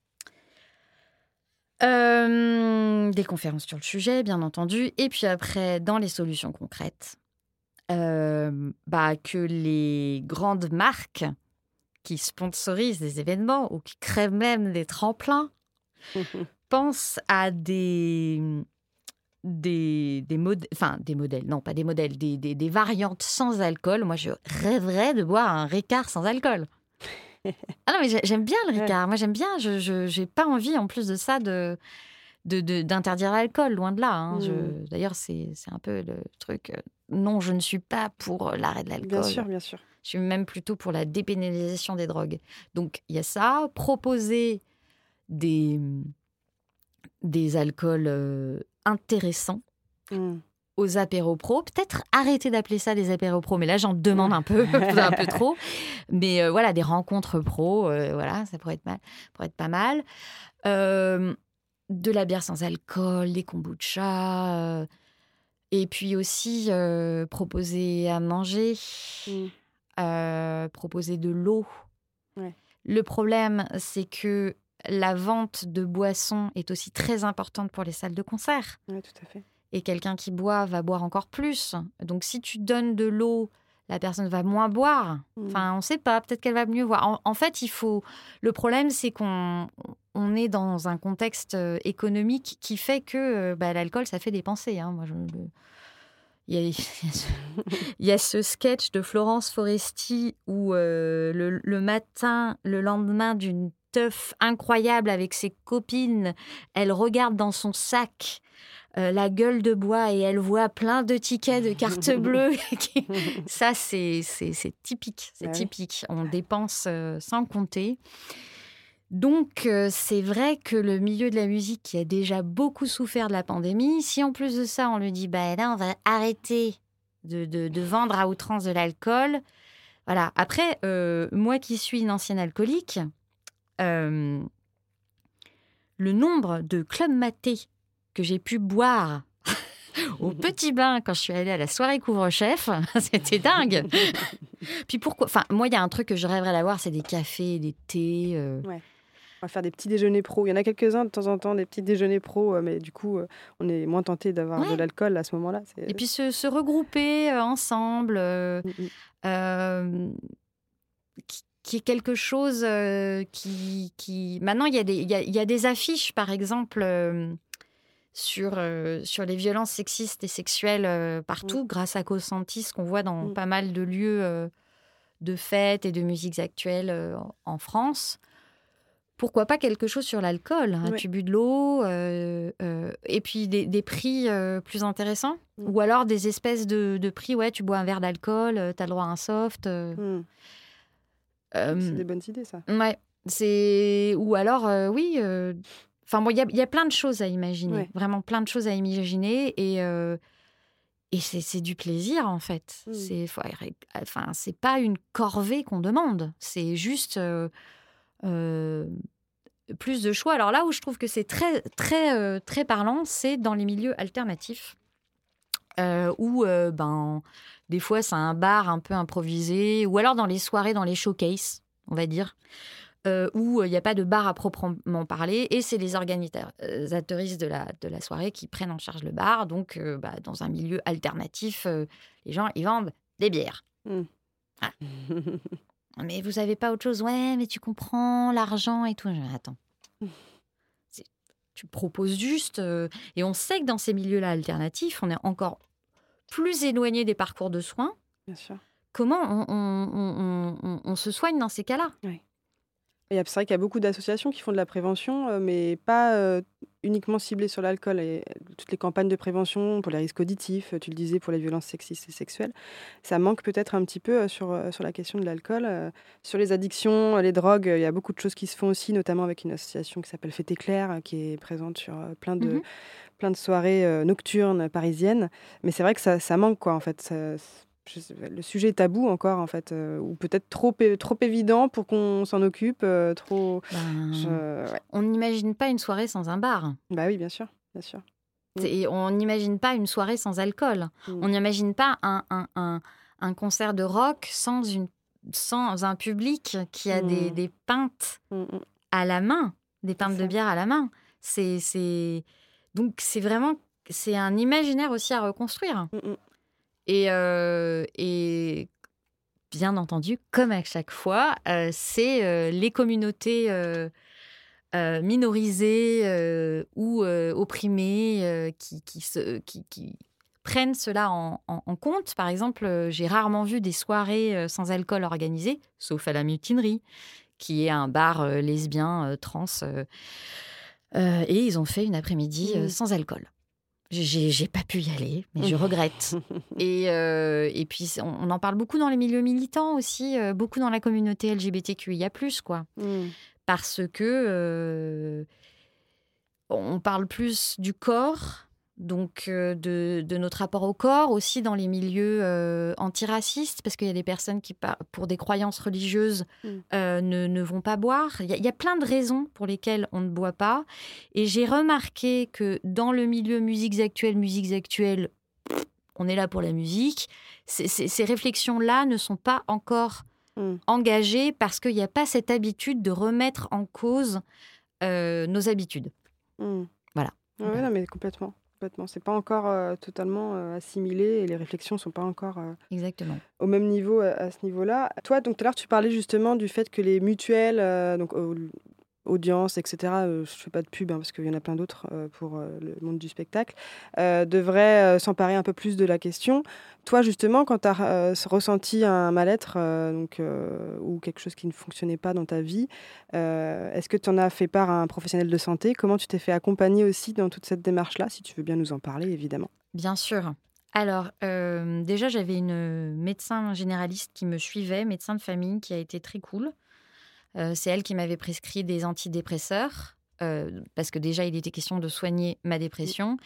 Ouais. Euh, des conférences sur le sujet, bien entendu. Et puis après, dans les solutions concrètes, euh, bah, que les grandes marques qui sponsorisent des événements ou qui créent même des tremplins pensent à des... Des, des, mod- enfin, des modèles, non, pas des modèles, des, des, des variantes sans alcool. Moi, je rêverais de boire un Ricard sans alcool. Ah non, mais j'aime bien le Ricard. Ouais. Moi, j'aime bien. Je n'ai pas envie, en plus de ça, de, de, de, d'interdire l'alcool, loin de là. Hein. Mmh. Je, d'ailleurs, c'est, c'est un peu le truc. Non, je ne suis pas pour l'arrêt de l'alcool. Bien sûr, bien sûr. Je suis même plutôt pour la dépénalisation des drogues. Donc, il y a ça. Proposer des, des alcools... Euh, intéressant mm. aux apéros pro. Peut-être arrêter d'appeler ça des apéros pro, mais là, j'en demande un peu, un peu trop. Mais euh, voilà, des rencontres pro, euh, voilà, ça pourrait être, mal, pourrait être pas mal. Euh, de la bière sans alcool, des kombucha. Euh, et puis aussi, euh, proposer à manger, mm. euh, proposer de l'eau. Ouais. Le problème, c'est que la vente de boissons est aussi très importante pour les salles de concert. Oui, tout à fait. Et quelqu'un qui boit va boire encore plus. Donc, si tu donnes de l'eau, la personne va moins boire. Mmh. Enfin, on ne sait pas. Peut-être qu'elle va mieux boire. En, en fait, il faut... Le problème, c'est qu'on on est dans un contexte économique qui fait que bah, l'alcool, ça fait dépenser. Hein. Moi, je... Il y, a, il, y a ce, il y a ce sketch de Florence Foresti où euh, le, le matin, le lendemain d'une teuf incroyable avec ses copines, elle regarde dans son sac euh, la gueule de bois et elle voit plein de tickets de carte bleue. Ça, c'est, c'est, c'est typique. C'est ouais. typique. On dépense euh, sans compter. Donc, euh, c'est vrai que le milieu de la musique qui a déjà beaucoup souffert de la pandémie, si en plus de ça, on lui dit bah, « là, on va arrêter de, de, de vendre à outrance de l'alcool », voilà. Après, euh, moi qui suis une ancienne alcoolique, Euh, le nombre de clubs matés que j'ai pu boire au Petit Bain quand je suis allée à la soirée couvre-chef, c'était dingue. Puis pourquoi ? Enfin, moi, il y a un truc que je rêverais d'avoir, c'est des cafés, des thés. Euh... Ouais. va faire des petits déjeuners pro. Il y en a quelques-uns de temps en temps, des petits déjeuners pro, euh, mais du coup, euh, on est moins tenté d'avoir Ouais. de l'alcool à ce moment-là. C'est... Et puis se, se regrouper euh, ensemble, euh, Mm, mm. euh, qui, qui est quelque chose euh, qui, qui... Maintenant, il y, a des- il y, a, il y a des affiches, par exemple, euh, sur, euh, sur les violences sexistes et sexuelles euh, partout, grâce à Consentis, qu'on voit dans Mm. pas mal de lieux euh, de fêtes et de musiques actuelles euh, en- en France. Pourquoi pas quelque chose sur l'alcool, un Ouais. tubu de l'eau, euh, euh, et puis des, des prix euh, plus intéressants. Mm. Ou alors des espèces de, de prix, ouais, tu bois un verre d'alcool, euh, t'as le droit à un soft. euh, Mm. euh, C'est des bonnes idées, ça. ouais, c'est... Ou alors, euh, oui... euh, Enfin, bon, il y a, il y a plein de choses à imaginer, Ouais. vraiment plein de choses à imaginer, et, euh, et c'est, c'est du plaisir, en fait. Mm. C'est, faut- enfin, c'est pas une corvée qu'on demande, c'est juste... euh, euh, plus de choix. Alors là où je trouve que c'est très, très, euh, très parlant, c'est dans les milieux alternatifs, euh, où euh, ben, des fois c'est un bar un peu improvisé, ou alors dans les soirées, dans les showcases, on va dire, euh, où il n'y a pas de bar à proprement parler, et c'est les organisatrices de la, de la soirée qui prennent en charge le bar. Donc, euh, bah, dans un milieu alternatif, euh, les gens, ils vendent des bières. Mm. Ah. Mais vous avez pas autre chose? Ouais, mais tu comprends, l'argent et tout. Je- Attends. C'est- Tu proposes juste. euh, Et on sait que dans ces milieux-là alternatifs, on est encore plus éloigné des parcours de soins. Bien sûr. Comment on, on- on- on- on se soigne dans ces cas-là? Et c'est vrai qu'il y a beaucoup d'associations qui font de la prévention, euh, mais pas euh, uniquement ciblées sur l'alcool. Et toutes les campagnes de prévention pour les risques auditifs, euh, tu le disais, pour les violences sexistes et sexuelles, ça manque peut-être un petit peu euh, sur, euh, sur la question de l'alcool. Euh, sur les addictions, euh, les drogues, euh, il y a beaucoup de choses qui se font aussi, notamment avec une association qui s'appelle Fête Éclair, euh, qui est présente sur euh, plein de, Mhm. plein de soirées euh, nocturnes parisiennes. Mais c'est vrai que ça, ça manque, quoi, en fait. Ça- je sais pas, le sujet est tabou encore, en fait, euh, ou peut-être trop, é- trop évident pour qu'on s'en occupe, euh, trop... Ben, je- ouais. on n'imagine pas une soirée sans un bar. Bah oui, bien sûr, bien sûr. Mm. C'est- On n'imagine pas une soirée sans alcool. Mm. On n'imagine pas un, un, un- un concert de rock sans, une, sans un public qui a des, Mm. des pintes Mm, mm. à la main, des pintes C'est de ça. bière à la main. C'est, c'est... Donc, c'est vraiment... C'est un imaginaire aussi à reconstruire. Mm, mm. Et, euh, et bien entendu, comme à chaque fois, euh, c'est euh, les communautés euh, euh, minorisées euh, ou euh, opprimées euh, qui, qui, se, qui, qui prennent cela en, en- en compte. Par exemple, euh, j'ai rarement vu des soirées euh, sans alcool organisées, sauf à la Mutinerie, qui est un bar euh, lesbien, euh, trans. euh, euh, et ils ont fait une après-midi euh, Mm. sans alcool. J'ai, j'ai pas pu y aller, mais je regrette. Et, euh, et puis, c'est- on, on en parle beaucoup dans les milieux militants aussi, euh, beaucoup dans la communauté L G B T Q I A plus, quoi. Mm. Parce que euh, on parle plus du corps, donc euh, de, de notre rapport au corps, aussi dans les milieux euh, antiracistes, parce qu'il y a des personnes qui, par- pour des croyances religieuses, Mm. euh, ne, ne vont pas boire. Il y, a, il y a plein de raisons pour lesquelles on ne boit pas. Et j'ai remarqué que dans le milieu musiques actuelles, musiques actuelles, on est là pour la musique. Ces, ces- ces réflexions-là ne sont pas encore Mm. engagées parce qu'il n'y a pas cette habitude de remettre en cause euh, nos habitudes. Mm. Voilà. Ouais, ouais, non, mais complètement. Complètement. C'est pas encore euh, totalement euh, assimilé et les réflexions sont pas encore euh, Exactement. au même niveau euh, à ce niveau-là. Toi, donc tout à l'heure, tu parlais justement du fait que les mutuelles, euh, donc au- audience, et cetera, euh, je fais pas de pub hein, parce qu'il y en a plein d'autres euh, pour euh, le monde du spectacle, euh, devraient euh, s'emparer un peu plus de la question. Toi, justement, quand tu as ressenti un mal-être euh, donc, euh, ou quelque chose qui ne fonctionnait pas dans ta vie, euh, est-ce que tu en as fait part à un professionnel de santé? Comment tu t'es fait accompagner aussi dans toute cette démarche-là, si tu veux bien nous en parler, évidemment? Bien sûr. Alors, euh, déjà, j'avais une médecin généraliste qui me suivait, médecin de famille, qui a été très cool. Euh, c'est elle qui m'avait prescrit des antidépresseurs, euh, parce que déjà, il était question de soigner ma dépression.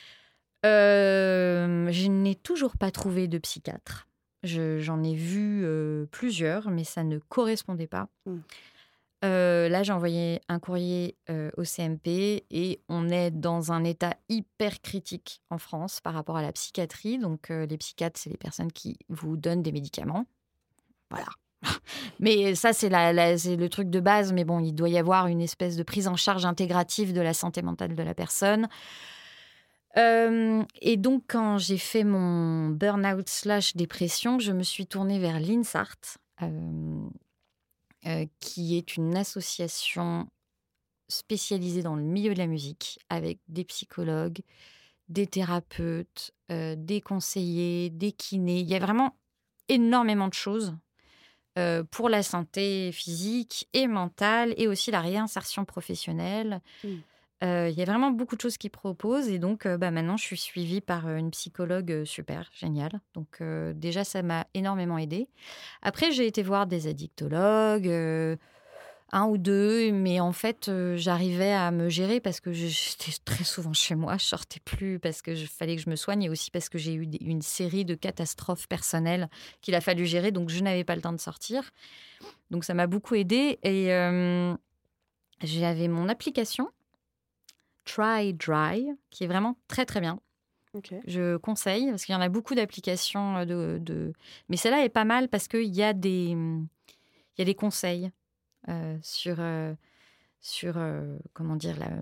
Euh, je n'ai toujours pas trouvé de psychiatre. Je- j'en ai vu euh, plusieurs, mais ça ne correspondait pas. Mm. Euh, là, j'ai envoyé un courrier euh, au C M P et on est dans un état hyper critique en France par rapport à la psychiatrie. Donc, euh, les psychiatres, c'est les personnes qui vous donnent des médicaments. Voilà. Mais ça, c'est, la, la, c'est le truc de base. Mais bon, il doit y avoir une espèce de prise en charge intégrative de la santé mentale de la personne. Euh, et donc, quand j'ai fait mon burn-out slash dépression, je me suis tournée vers l'INSART, euh, euh, qui est une association spécialisée dans le milieu de la musique, avec des psychologues, des thérapeutes, euh, des conseillers, des kinés. Il y a vraiment énormément de choses euh, pour la santé physique et mentale et aussi la réinsertion professionnelle. Mmh. Euh, il y a vraiment beaucoup de choses qu'ils proposent et donc euh, bah, maintenant je suis suivie par une psychologue super géniale. Donc euh, déjà ça m'a énormément aidée. Après j'ai été voir des addictologues, euh, un ou deux, mais en fait euh, j'arrivais à me gérer parce que j'étais très souvent chez moi, je sortais plus parce que je, fallait que je me soigne et aussi parce que j'ai eu des, une série de catastrophes personnelles qu'il a fallu gérer, donc je n'avais pas le temps de sortir. Donc ça m'a beaucoup aidée et euh, j'avais mon application Try Dry, qui est vraiment très très bien. Okay. Je conseille, parce qu'il y en a beaucoup d'applications. De, de... Mais celle-là est pas mal parce qu'il y a des, il y a des conseils euh, sur, euh, sur euh, comment dire, la,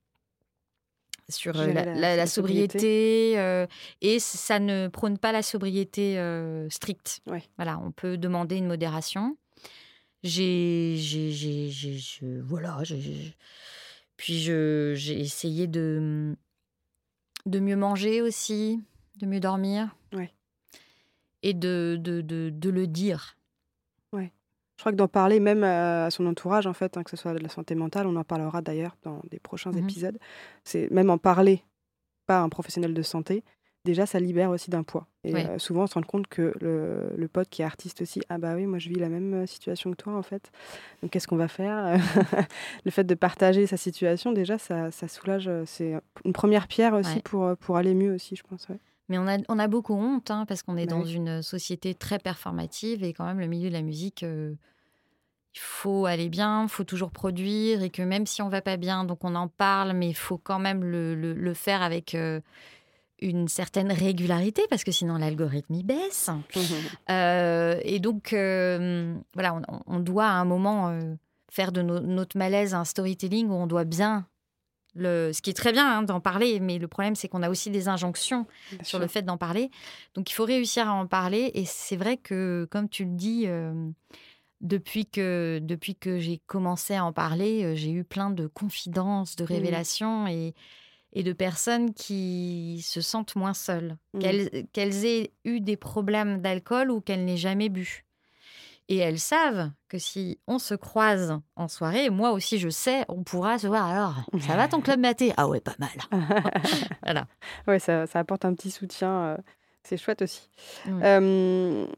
sur euh, la, la, la, la sobriété. sobriété euh, et ça ne prône pas la sobriété euh, stricte. Ouais. Voilà, on peut demander une modération. J'ai... j'ai, j'ai, j'ai, j'ai voilà, j'ai... j'ai... Puis, je, j'ai essayé de, de mieux manger aussi, de mieux dormir. Ouais. Et de, de, de, de le dire. Ouais. Je crois que d'en parler même à son entourage, en fait, hein, que ce soit de la santé mentale, on en parlera d'ailleurs dans des prochains mmh. épisodes. C'est même en parler, pas à un professionnel de santé, déjà, ça libère aussi d'un poids. Et ouais. euh, souvent, on se rend compte que le, le pote qui est artiste aussi, ah bah oui, moi je vis la même situation que toi en fait. Donc qu'est-ce qu'on va faire? Le fait de partager sa situation, déjà, ça, ça soulage. C'est une première pierre aussi ouais. pour, pour aller mieux aussi, je pense. Ouais. Mais on a, on a beaucoup honte hein, parce qu'on est bah dans oui. une société très performative et quand même le milieu de la musique, euh, il faut aller bien, il faut toujours produire et que même si on ne va pas bien, donc on en parle, mais il faut quand même le, le, le faire avec... Euh, une certaine régularité parce que sinon l'algorithme il baisse mmh. euh, et donc euh, voilà on, on doit à un moment euh, faire de no- notre malaise un storytelling où on doit bien le, ce qui est très bien hein, d'en parler, mais le problème c'est qu'on a aussi des injonctions bien sur sûr. Le fait d'en parler, donc il faut réussir à en parler et c'est vrai que comme tu le dis euh, depuis que, depuis que j'ai commencé à en parler euh, j'ai eu plein de confidences, de révélations mmh. et et de personnes qui se sentent moins seules, mmh. qu'elles, qu'elles aient eu des problèmes d'alcool ou qu'elles n'aient jamais bu. Et elles savent que si on se croise en soirée, moi aussi je sais, on pourra se voir. Alors, ça va ton club maté? Ah ouais, pas mal. Voilà. Ouais, ça, ça apporte un petit soutien. Euh, c'est chouette aussi. Mmh. Euh,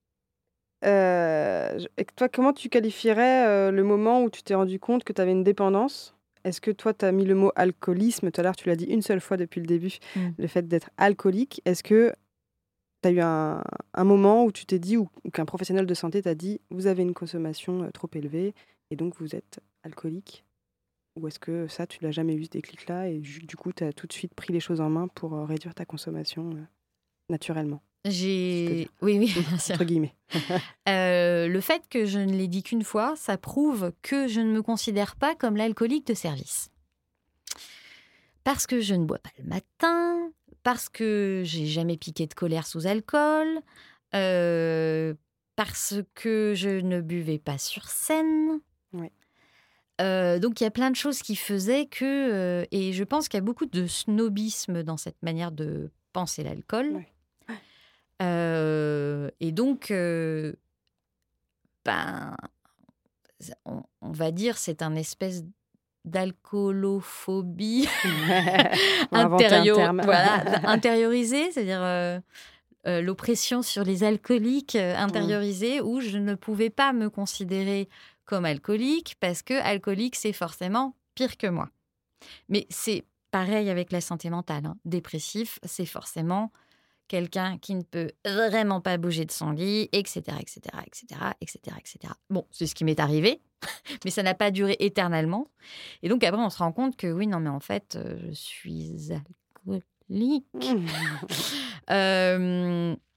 euh, et toi, comment tu qualifierais euh, le moment où tu t'es rendu compte que tu avais une dépendance? Est-ce que toi, tu as mis le mot alcoolisme? Tout à l'heure, tu l'as dit une seule fois depuis le début, mmh. le fait d'être alcoolique. Est-ce que tu as eu un, un moment où tu t'es dit, ou, ou qu'un professionnel de santé t'a dit, vous avez une consommation euh, trop élevée et donc vous êtes alcoolique? Ou est-ce que ça, tu l'as jamais eu ce déclic-là et du coup, tu as tout de suite pris les choses en main pour euh, réduire ta consommation euh, naturellement? J'ai... Oui, oui, bien sûr. Entre guillemets. euh, le fait que je ne l'ai dit qu'une fois, ça prouve que je ne me considère pas comme l'alcoolique de service. Parce que je ne bois pas le matin, parce que j'ai jamais piqué de colère sous alcool, euh, parce que je ne buvais pas sur scène. Oui. Euh, donc, il y a plein de choses qui faisaient que... Euh, et je pense qu'il y a beaucoup de snobisme dans cette manière de penser l'alcool. Oui. Euh, et donc, euh, ben, on, on va dire c'est un espèce d'alcoolophobie intérieur, voilà, intériorisée, c'est-à-dire euh, euh, l'oppression sur les alcooliques euh, intériorisée, mmh. où je ne pouvais pas me considérer comme alcoolique parce que alcoolique, c'est forcément pire que moi. Mais c'est pareil avec la santé mentale. Hein. Dépressif, c'est forcément... quelqu'un qui ne peut vraiment pas bouger de son lit, et cetera, et cetera, et cetera, et cetera, et cetera. Bon, c'est ce qui m'est arrivé, mais ça n'a pas duré éternellement. Et donc après, on se rend compte que oui, non, mais en fait, euh, je suis alcoolique. euh,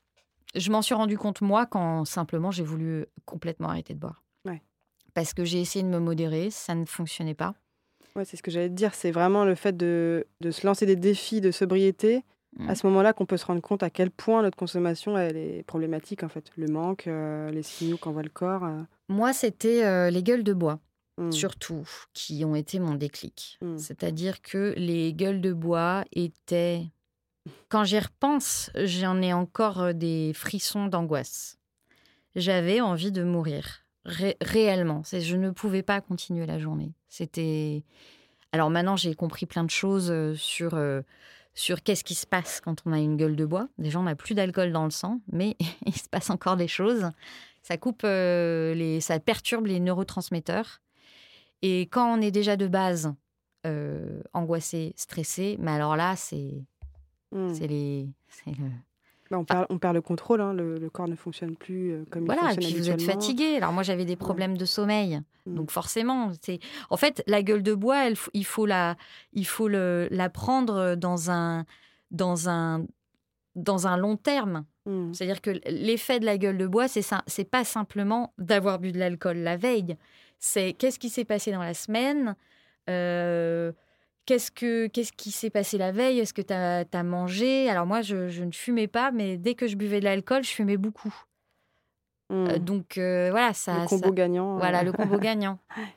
je m'en suis rendu compte, moi, quand simplement j'ai voulu complètement arrêter de boire. Ouais. Parce que j'ai essayé de me modérer, ça ne fonctionnait pas. Ouais, c'est ce que j'allais te dire. C'est vraiment le fait de, de se lancer des défis de sobriété. À Mm. ce moment-là qu'on peut se rendre compte à quel point notre consommation elle est problématique en fait. Le manque, euh, les signaux qu'envoie le corps. euh. Moi, c'était euh, les gueules de bois, Mm, surtout, qui ont été mon déclic. mm, C'est-à-dire que les gueules de bois étaient... Quand j'y repense, j'en ai encore euh, des frissons d'angoisse. J'avais envie de mourir, ré- réellement. C'est, je ne pouvais pas continuer la journée. C'était... Alors maintenant, j'ai compris plein de choses euh, sur, euh, sur qu'est-ce qui se passe quand on a une gueule de bois. Déjà, on n'a plus d'alcool dans le sang, mais il se passe encore des choses. Ça coupe, euh, les, ça perturbe les neurotransmetteurs. Et quand on est déjà de base euh, angoissé, stressé, mais alors là, c'est, mm. c'est les... c'est le- Bah, on, Ah, perd, on perd le contrôle, hein. Le, le corps ne fonctionne plus euh, comme il voilà, et fonctionne puis vous êtes habituellement. fatigué. Alors moi, j'avais des Ouais. problèmes de sommeil. Mm, Donc forcément, c'est... En fait, la gueule de bois, elle, f- il faut la, il faut le, la prendre dans un, dans un, dans un long terme. mm, C'est-à-dire que l'effet de la gueule de bois, c'est ça, c'est pas simplement d'avoir bu de l'alcool la veille. C'est qu'est-ce qui s'est passé dans la semaine, euh, qu'est-ce, que, qu'est-ce qui s'est passé la veille, est-ce que tu as mangé. Alors moi, je, je ne fumais pas, mais dès que je buvais de l'alcool, je fumais beaucoup. Euh, mm. donc euh, voilà, Le ça, combo ça- gagnant. voilà euh. le combo gagnant.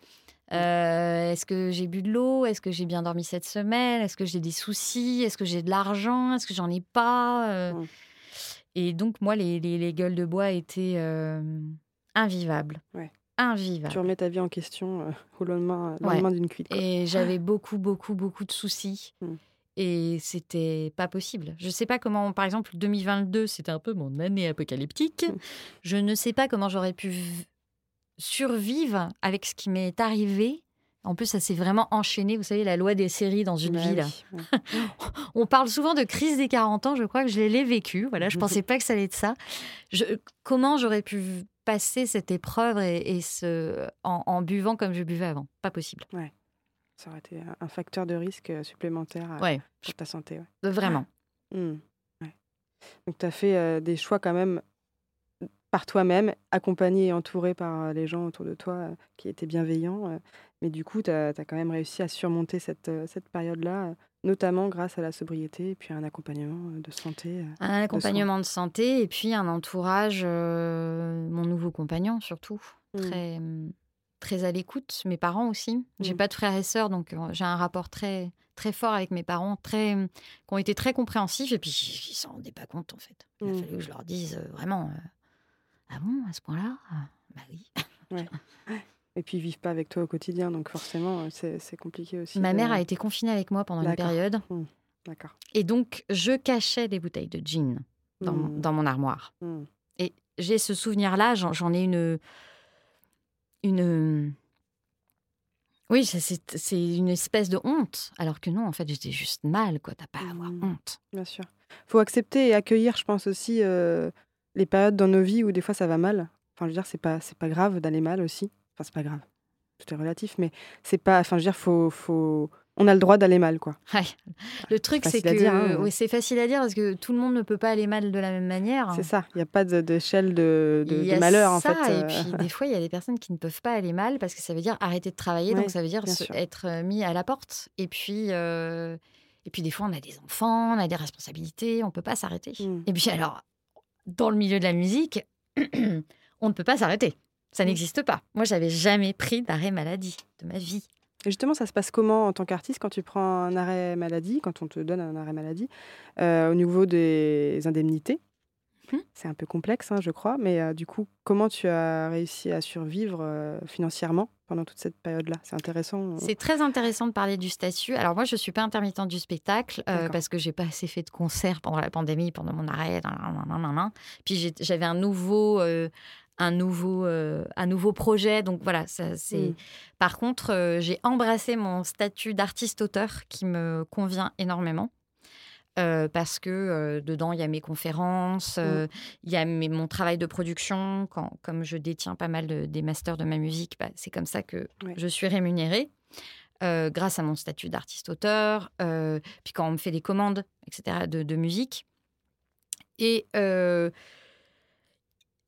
Euh, est-ce que j'ai bu de l'eau? Est-ce que j'ai bien dormi cette semaine? Est-ce que j'ai des soucis? Est-ce que j'ai de l'argent? Est-ce que j'en ai pas? Euh, Mm. Et donc, moi, les, les, les gueules de bois étaient euh, invivables. Ouais. Invivables. Tu remets ta vie en question euh, au lendemain, Ouais. lendemain d'une cuite, quoi. Et j'avais beaucoup, beaucoup, beaucoup de soucis. Mm. Et c'était pas possible. Je sais pas comment, par exemple, deux mille vingt-deux, c'était un peu mon année apocalyptique. Mm. Je ne sais pas comment j'aurais pu v- survivre avec ce qui m'est arrivé. En plus, ça s'est vraiment enchaîné. Vous savez, la loi des séries dans une Bah vie, là. oui, ouais. On parle souvent de crise des quarante ans. Je crois que je l'ai vécu. Voilà, je pensais pas que ça allait être ça. Je, comment j'aurais pu passer cette épreuve et, et ce, en, en buvant comme je buvais avant? Pas possible. Ça aurait été un- un facteur de risque euh, supplémentaire euh, Ouais, pour ta santé. Ouais. vraiment. Mm. Ouais. Donc, tu as fait euh, des choix quand même par toi-même, accompagné et entouré par euh, les gens autour de toi euh, qui étaient bienveillants. euh. Mais du coup, tu as quand même réussi à surmonter cette, euh, cette période-là, euh, notamment grâce à la sobriété et puis à un accompagnement euh, de santé. euh, Un accompagnement de santé et puis un entourage, euh, mon nouveau compagnon surtout, Mm. très, hum, très à l'écoute. Mes parents aussi. J'ai Mm. pas de frères et sœurs, donc euh, j'ai un rapport très, très fort avec mes parents, très, hum, qui ont été très compréhensifs et puis ils s'en rendaient pas compte en fait. Il a Mm. fallu que je leur dise euh, vraiment, euh, ah bon, à ce point-là? Ah, bah oui. Ouais. Et puis, ils vivent pas avec toi au quotidien, donc forcément, euh, c'est c'est compliqué aussi. Ma de- mère a été confinée avec moi pendant une D'accord. période Mm. D'accord. et donc je cachais des bouteilles de gin dans, mon- Mm. dans mon armoire. Mm. Et j'ai ce souvenir-là, j'en, j'en ai une... une oui, ça, c'est, c'est une espèce de honte. Alors que non, en fait, j'étais juste mal, quoi. T'as pas à avoir Mm. honte. Bien sûr. Faut accepter et accueillir, je pense aussi, euh, les périodes dans nos vies où des fois ça va mal. Enfin, je veux dire, c'est pas, c'est pas grave d'aller mal aussi. Enfin, c'est pas grave. Tout est relatif, mais c'est pas. Enfin, je veux dire, faut, faut. On a le droit d'aller mal, quoi. Ouais. Le truc, c'est facile à que... dire, hein. Oui, c'est facile à dire parce que tout le monde ne peut pas aller mal de la même manière. C'est ça. Il n'y a pas de- d'échelle de, de, Il y de a malheur, en ça, fait. et euh. puis des fois, il y a des personnes qui ne peuvent pas aller mal parce que ça veut dire arrêter de travailler, Ouais, donc ça veut dire bien se- sûr. être euh, mis à la porte. Et puis, euh, et puis des fois, on a des enfants, on a des responsabilités, on ne peut pas s'arrêter. Mm. Et puis alors, dans le milieu de la musique, on ne peut pas s'arrêter. Ça Mm. n'existe pas. Moi, j'avais jamais pris d'arrêt maladie de ma vie. Et justement, ça se passe comment en tant qu'artiste quand tu prends un arrêt maladie, quand on te donne un arrêt maladie, euh, au niveau des indemnités? Mhm. C'est un peu complexe, hein, je crois, mais euh, du coup, comment tu as réussi à survivre euh, financièrement pendant toute cette période-là? C'est intéressant. C'est très intéressant de parler du statut. Alors moi, je suis pas intermittente du spectacle euh, D'accord. parce que j'ai pas assez fait de concerts pendant la pandémie, pendant mon arrêt. nan, nan, nan, nan, nan. Puis j'ai- j'avais un nouveau, euh, un nouveau, euh, un nouveau projet. Donc voilà, ça, c'est. Mm. Par contre, euh, j'ai embrassé mon statut d'artiste-auteur qui me convient énormément. Euh, parce que euh, dedans, il y a mes conférences, euh, il y a mes- mon travail de production. Quand, comme je détiens pas mal de- des masters de ma musique, bah, c'est comme ça que Ouais. je suis rémunérée, euh, grâce à mon statut d'artiste-auteur. euh, puis quand on me fait des commandes, et cetera, de, de musique. Et, euh,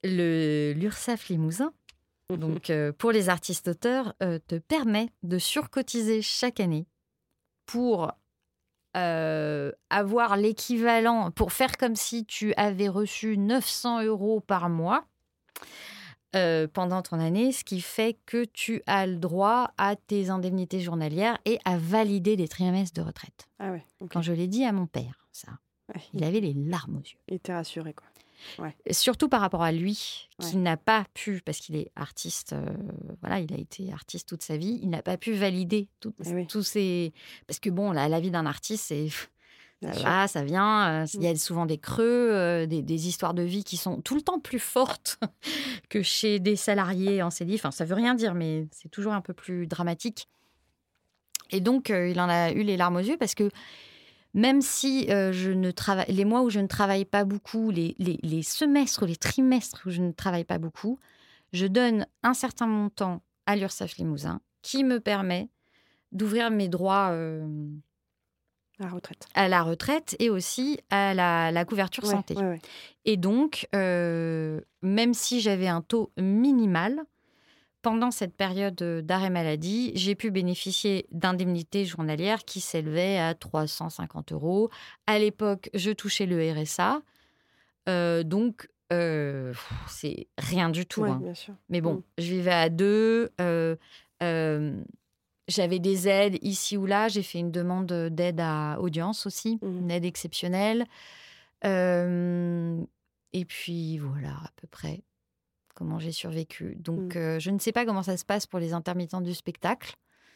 le, l'URSSAF Limousin, donc euh, pour les artistes-auteurs, euh, te permet de surcotiser chaque année pour euh, avoir l'équivalent, pour faire comme si tu avais reçu neuf cents euros par mois euh, pendant ton année, ce qui fait que tu as le droit à tes indemnités journalières et à valider des trimestres de retraite. Ah ouais, ok. Quand je l'ai dit à mon père, ça, Ouais, il avait les larmes aux yeux. il était rassuré, quoi. Ouais. Surtout par rapport à lui, qui Ouais. n'a pas pu, parce qu'il est artiste, euh, voilà, il a été artiste toute sa vie, il n'a pas pu valider tout- Eh oui. tous ces... Parce que bon, la, la vie d'un artiste, c'est... Bien Ça sûr. va, ça vient. euh, Il y Mm. a souvent des creux, euh, des, des histoires de vie qui sont tout le temps plus fortes que chez des salariés en C D I. Enfin, ça veut rien dire, mais c'est toujours un peu plus dramatique. Et donc, euh, il en a eu les larmes aux yeux parce que même si euh, je ne travaille, les mois où je ne travaille pas beaucoup, les, les, les semestres ou les trimestres où je ne travaille pas beaucoup, je donne un certain montant à l'URSSAF Limousin qui me permet d'ouvrir mes droits euh, La retraite. à la retraite et aussi à la, la couverture Ouais, santé. ouais, ouais. Et donc, euh, même si j'avais un taux minimal, pendant cette période d'arrêt maladie, j'ai pu bénéficier d'indemnités journalières qui s'élevaient à trois cent cinquante euros. À l'époque, je touchais le R S A. Euh, donc, euh, c'est rien du tout. Ouais, hein. bien sûr. Mais bon, Mm. je vivais à deux. euh, euh, j'avais des aides ici ou là. J'ai fait une demande d'aide à audience aussi, Mhm. une aide exceptionnelle. Euh, et puis, voilà, à peu près comment j'ai survécu. Donc, Mm. euh, je ne sais pas comment ça se passe pour les intermittents du spectacle.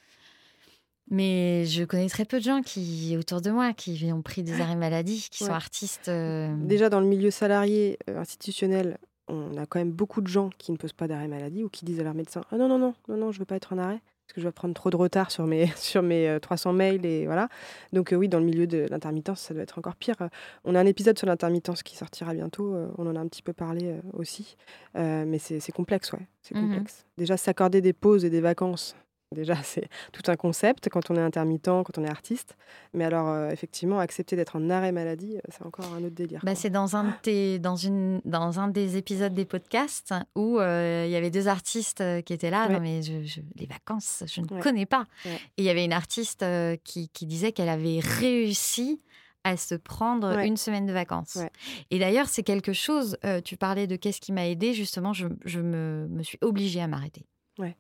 Mais je connais très peu de gens qui, autour de moi qui ont pris des arrêts maladie, qui sont Ouais. artistes. euh, Déjà, dans le milieu salarié euh, institutionnel, on a quand même beaucoup de gens qui ne posent pas d'arrêt maladie ou qui disent à leur médecin « Ah non, non, non, non, non, je veux pas être en arrêt parce que je vais prendre trop de retard sur mes, sur mes euh, trois cents mails. » Et voilà. Donc euh, oui, dans le milieu de l'intermittence, ça doit être encore pire. Euh, On a un épisode sur l'intermittence qui sortira bientôt. euh, on en a un petit peu parlé euh, aussi. Euh, mais c'est c'est complexe, ouais. C'est Mhm. complexe. Déjà, s'accorder des pauses et des vacances, déjà, c'est tout un concept quand on est intermittent, quand on est artiste. Mais alors, euh, effectivement, accepter d'être en arrêt maladie, euh, c'est encore un autre délire. Bah, quoi. c'est dans un, de tes- dans, une, dans un des épisodes des podcasts où euh, il y avait deux artistes euh, qui étaient là. Ouais. Non, mais je, je- les vacances, je ne Ouais. connais pas. Ouais. Et il y avait une artiste euh, qui, qui disait qu'elle avait réussi à se prendre Ouais. une semaine de vacances. Ouais. Et d'ailleurs, c'est quelque chose, euh, tu parlais de qu'est-ce qui m'a aidée, justement, je, je me, me suis obligée à m'arrêter. Ouais.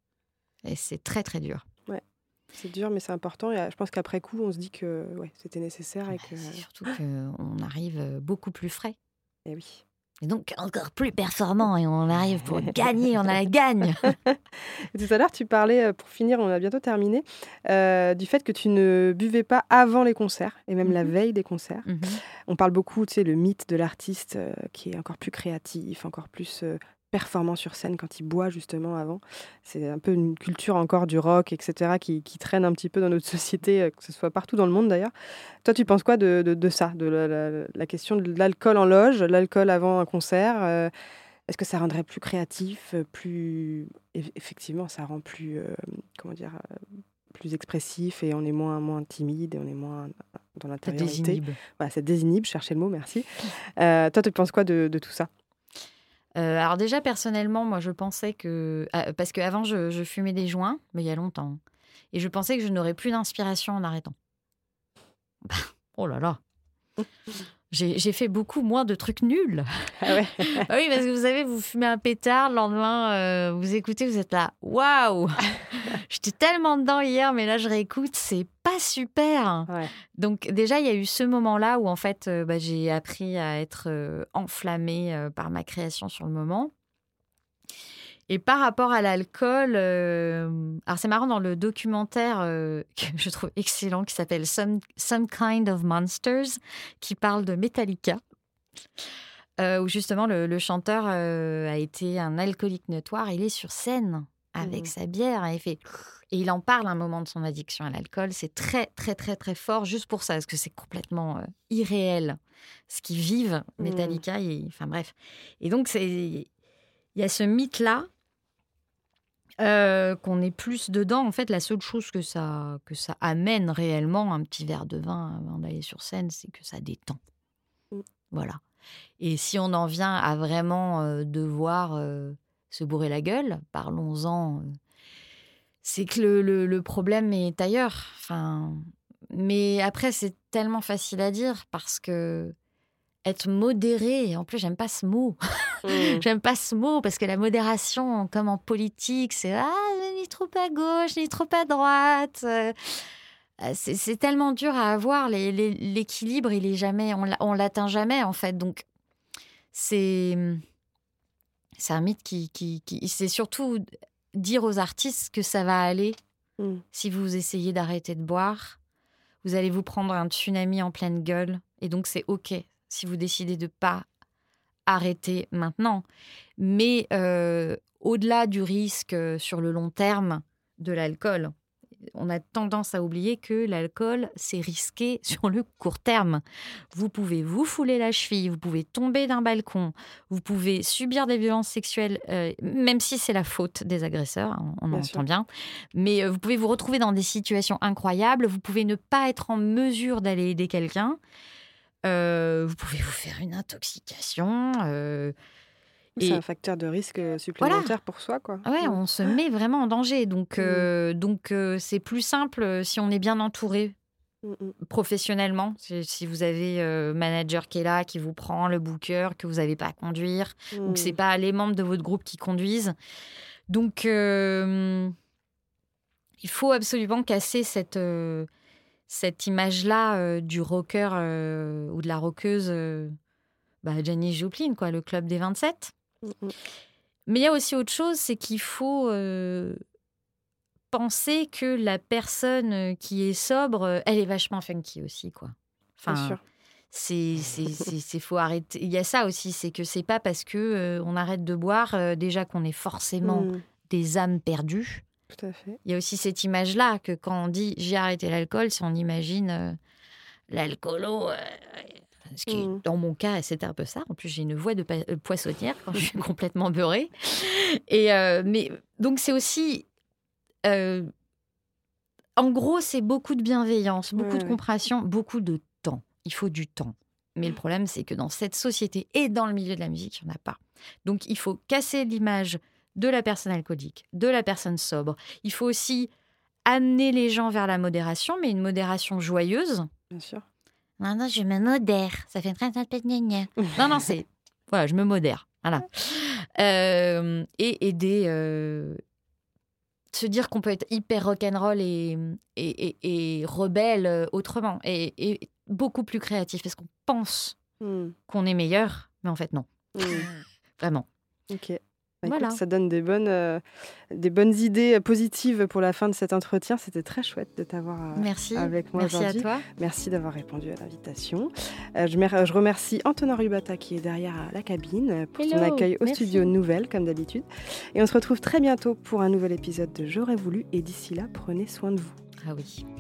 Et c'est très, très dur. C'est dur, mais c'est important. Et euh, je pense qu'après coup, on se dit que ouais, c'était nécessaire et Bah, que. c'est surtout qu'on arrive beaucoup plus frais. Eh oui. Et donc encore plus performant. Et on arrive pour gagner, on a la gagne. Et tout à l'heure, tu parlais, euh, pour finir, on a bientôt terminé, euh, du fait que tu ne buvais pas avant les concerts et même la Mhm. veille des concerts. Mhm. On parle beaucoup, tu sais, le mythe de l'artiste euh, qui est encore plus créatif, encore plus euh, performant sur scène quand il boit justement avant. C'est un peu une culture encore du rock, et cetera, qui, qui traîne un petit peu dans notre société, euh, que ce soit partout dans le monde d'ailleurs. Toi, tu penses quoi de, de, de ça, de la, la- la question de l'alcool en loge, l'alcool avant un concert euh, Est-ce que ça rendrait plus créatif, euh, plus... eff- Effectivement, ça rend plus, euh, comment dire, euh, plus expressif et on est moins, moins timide et on est moins dans Ça l'intériorité. désinhibe. Voilà, ça désinhibe, cherchez le mot, merci. Euh, toi, tu penses quoi de, de tout ça? Euh, alors déjà, personnellement, moi, je pensais que... ah, parce qu'avant, je, je fumais des joints, mais il y a longtemps. Et je pensais que je n'aurais plus d'inspiration en arrêtant. Bah, oh là là. J'ai j'ai fait beaucoup moins de trucs nuls. Ah ouais. Ah oui, parce que vous savez, vous fumez un pétard, le lendemain, euh, vous écoutez, vous êtes là. Waouh. J'étais tellement dedans hier, mais là, je réécoute, c'est pas super. Ouais. Donc déjà, il y a eu ce moment-là où en fait, euh, bah, j'ai appris à être euh, enflammée euh, par ma création sur le moment. Et par rapport à l'alcool, euh, alors c'est marrant dans le documentaire euh, que je trouve excellent qui s'appelle Some, Some Kind of Monsters, qui parle de Metallica, euh, où justement le, le chanteur euh, a été un alcoolique notoire. Il est sur scène avec Mhm. sa bière et il fait et il en parle un moment de son addiction à l'alcool. C'est très très très très fort juste pour ça parce que c'est complètement euh, irréel ce qu'ils vivent Metallica. Et, enfin bref. Et donc c'est il y a ce mythe là. Euh, qu'on est plus dedans. En fait, la seule chose que ça, que ça amène réellement, un petit verre de vin avant d'aller sur scène, c'est que ça détend. Mm. Voilà. Et si on en vient à vraiment euh, devoir euh, se bourrer la gueule, parlons-en. euh, C'est que le, le- le problème est ailleurs. Enfin, mais après, c'est tellement facile à dire parce que être modéré, en plus, j'aime pas ce mot. Mmh. J'aime pas ce mot parce que la modération, comme en politique, c'est ah, ni trop à gauche, ni trop à droite. Euh, C'est, c'est tellement dur à avoir. Les- les- l'équilibre, il est jamais, on, l'a- on l'atteint jamais en fait. Donc c'est, c'est un mythe qui, qui, qui, c'est surtout dire aux artistes que ça va aller Mmh. si vous essayez d'arrêter de boire. Vous allez vous prendre un tsunami en pleine gueule. Et donc, c'est OK si vous décidez de pas arrêter maintenant. Mais euh, au-delà du risque euh, sur le long terme de l'alcool, on a tendance à oublier que l'alcool, c'est risqué sur le court terme. Vous pouvez vous fouler la cheville, vous pouvez tomber d'un balcon, vous pouvez subir des violences sexuelles, euh, même si c'est la faute des agresseurs, hein, on Bien entend sûr. bien. Mais euh, vous pouvez vous retrouver dans des situations incroyables, vous pouvez ne pas être en mesure d'aller aider quelqu'un, euh, vous pouvez vous faire une intoxication. euh, C'est un et facteur de risque euh, voilà. supplémentaire pour soi, quoi. Ouais, Mmh. on se met vraiment en danger. Donc, Mmh. euh, donc euh, c'est plus simple euh, si on est bien entouré Mmh, mmh. professionnellement. Si si vous avez euh, manager qui est là, qui vous prend, le booker, que vous n'avez pas à conduire, ou que ce n'est Mmh. pas les membres de votre groupe qui conduisent. Donc, euh, il faut absolument casser cette, euh, cette image-là euh, du rocker euh, ou de la rockeuse euh, bah, Janis Joplin, quoi, le club des vingt-sept. Mmh, mmh. Mais il y a aussi autre chose, c'est qu'il faut euh, penser que la personne euh, qui est sobre, euh, elle est vachement funky aussi, quoi. Bien Enfin, sûr. c'est c'est c'est c'est- faut arrêter. Il y a ça aussi, c'est que c'est pas parce que euh, on arrête de boire euh, déjà qu'on est forcément Mmh. des âmes perdues. Tout à fait. Il y a aussi cette image-là que quand on dit j'ai arrêté l'alcool, si on imagine euh, l'alcoolo. euh, ce qui, Mmh. dans mon cas, c'était un peu ça. En plus, j'ai une voix de pa- euh, poissonnière quand je suis complètement beurrée. Et euh, mais donc c'est aussi, euh, en gros, c'est beaucoup de bienveillance, beaucoup Ouais, de ouais. compréhension, beaucoup de temps. Il faut du temps. Mais le problème, c'est que dans cette société et dans le milieu de la musique, il n'y en a pas. Donc, il faut casser l'image de la personne alcoolique, de la personne sobre. Il faut aussi amener les gens vers la modération, mais une modération joyeuse. Bien sûr. Non, non, je me modère. Ça fait très, très, très, gna, gna. Non, non, c'est... Voilà, je me modère. Voilà. Euh, et aider... euh, se dire qu'on peut être hyper rock'n'roll et, et, et, et rebelle euh, autrement. Et, et beaucoup plus créatif. Parce qu'on pense Mmh. qu'on est meilleur, mais en fait, non. Mmh. Vraiment. Ok. Bah, Voilà. écoute, ça donne des bonnes, euh, des bonnes idées euh, positives pour la fin de cet entretien. C'était très chouette de t'avoir euh, Merci. avec moi Merci à aujourd'hui. toi. Merci d'avoir répondu à l'invitation. Euh, je, mer- je remercie Antonin Rubata qui est derrière euh, la cabine euh, pour son Hello, accueil au merci. studio Nouvelle, comme d'habitude. Et on se retrouve très bientôt pour un nouvel épisode de J'aurais voulu. Et d'ici là, prenez soin de vous. Ah oui.